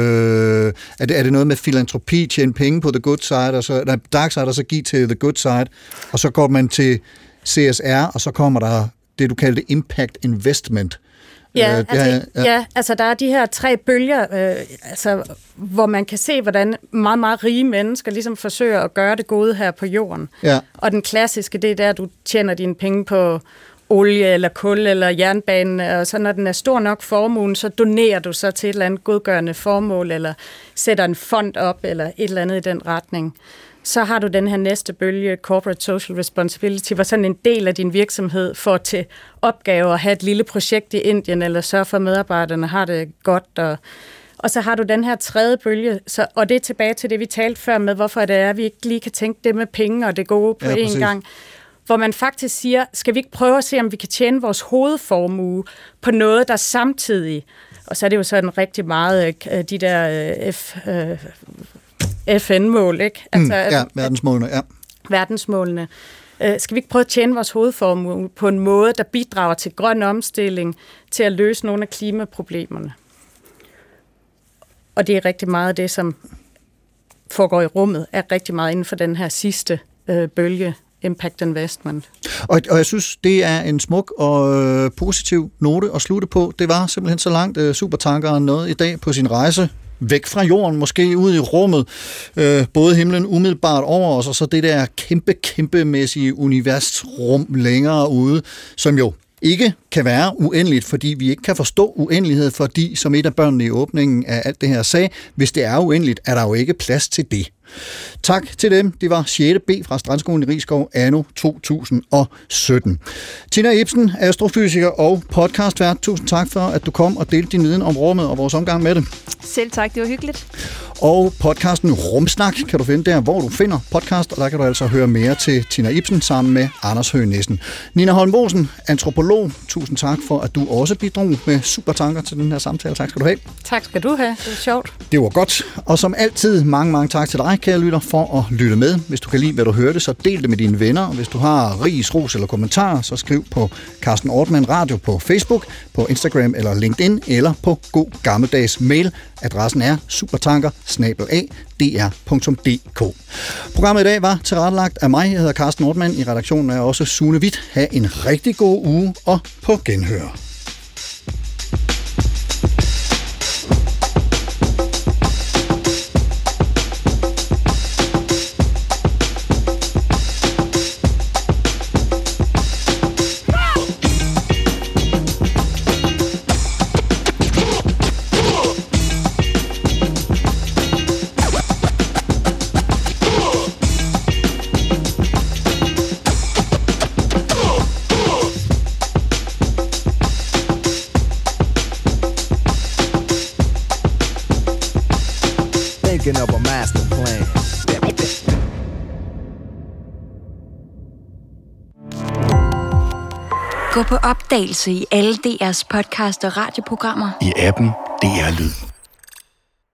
Øh, er, det, er det noget med filantropi, tjene penge på the good side, og så, nej, dark side, og så give til the good side, og så går man til C S R, og så kommer der det, du kaldte impact investment. Ja, øh, altså, ja, ja. ja, altså der er de her tre bølger, øh, altså, hvor man kan se, hvordan meget, meget rige mennesker ligesom forsøger at gøre det gode her på jorden. Ja. Og den klassiske, det er der, du tjener dine penge på olie eller kul eller jernbanen, og så når den er stor nok formuen, så donerer du så til et eller andet godgørende formål, eller sætter en fond op, eller et eller andet i den retning. Så har du den her næste bølge, corporate social responsibility, hvor sådan en del af din virksomhed får til opgave at have et lille projekt i Indien, eller sørge for, at medarbejderne har det godt. Og, og så har du den her tredje bølge, så, og det er tilbage til det, vi talte før med, hvorfor det er, at vi ikke lige kan tænke det med penge og det gode på én gang. Hvor man faktisk siger, skal vi ikke prøve at se, om vi kan tjene vores hovedformue på noget, der samtidig, og så er det jo sådan rigtig meget de der F... F N-mål, ikke? Altså, mm, ja, verdensmålene, ja. Verdensmålene. Øh, skal vi ikke prøve at tjene vores hovedformue på en måde, der bidrager til grøn omstilling, til at løse nogle af klimaproblemerne? Og det er rigtig meget af det, som foregår i rummet, er rigtig meget inden for den her sidste øh, bølge, impact investment. Og, og jeg synes, det er en smuk og øh, positiv note at slutte på. Det var simpelthen så langt øh, supertankeren nåede i dag på sin rejse væk fra jorden, måske ud i rummet, øh, både himlen umiddelbart over os, og så det der kæmpe, kæmpemæssige universrum længere ude, som jo ikke kan være uendeligt, fordi vi ikke kan forstå uendelighed, fordi, som et af børnene i åbningen af alt det her sagde, hvis det er uendeligt, er der jo ikke plads til det. Tak til dem. Det var sjette B fra Strandskolen i Risskov anno to tusind og sytten. Tina Ibsen, astrofysiker og podcastvært. Tusind tak for, at du kom og delte din viden om rummet og vores omgang med det. Selv tak, det var hyggeligt. Og podcasten Rumsnak kan du finde der, hvor du finder podcast, og der kan du altså høre mere til Tina Ibsen sammen med Anders Høgh Nissen. Nina Holm-Olsen, antropolog. Tusind tak for, at du også bidrog med supertanker til den her samtale. Tak skal du have. Tak skal du have. Det var sjovt. Det var godt. Og som altid, mange, mange tak til dig, kære lytter, for at lytte med. Hvis du kan lide, hvad du hørte, så del det med dine venner. Hvis du har ris, ros eller kommentarer, så skriv på Carsten Ortmann Radio på Facebook, på Instagram eller LinkedIn, eller på god gammeldags mail. Adressen er supertanker snabel-a d r punktum d k. Programmet i dag var tilrettelagt af mig. Jeg hedder Carsten Ortmann. I redaktionen er også Sune Hvidt. Ha' en rigtig god uge og på genhør. Of a master plan. Gå på opdagelse i alle D R's podcast og radioprogrammer. I appen D R Lyd.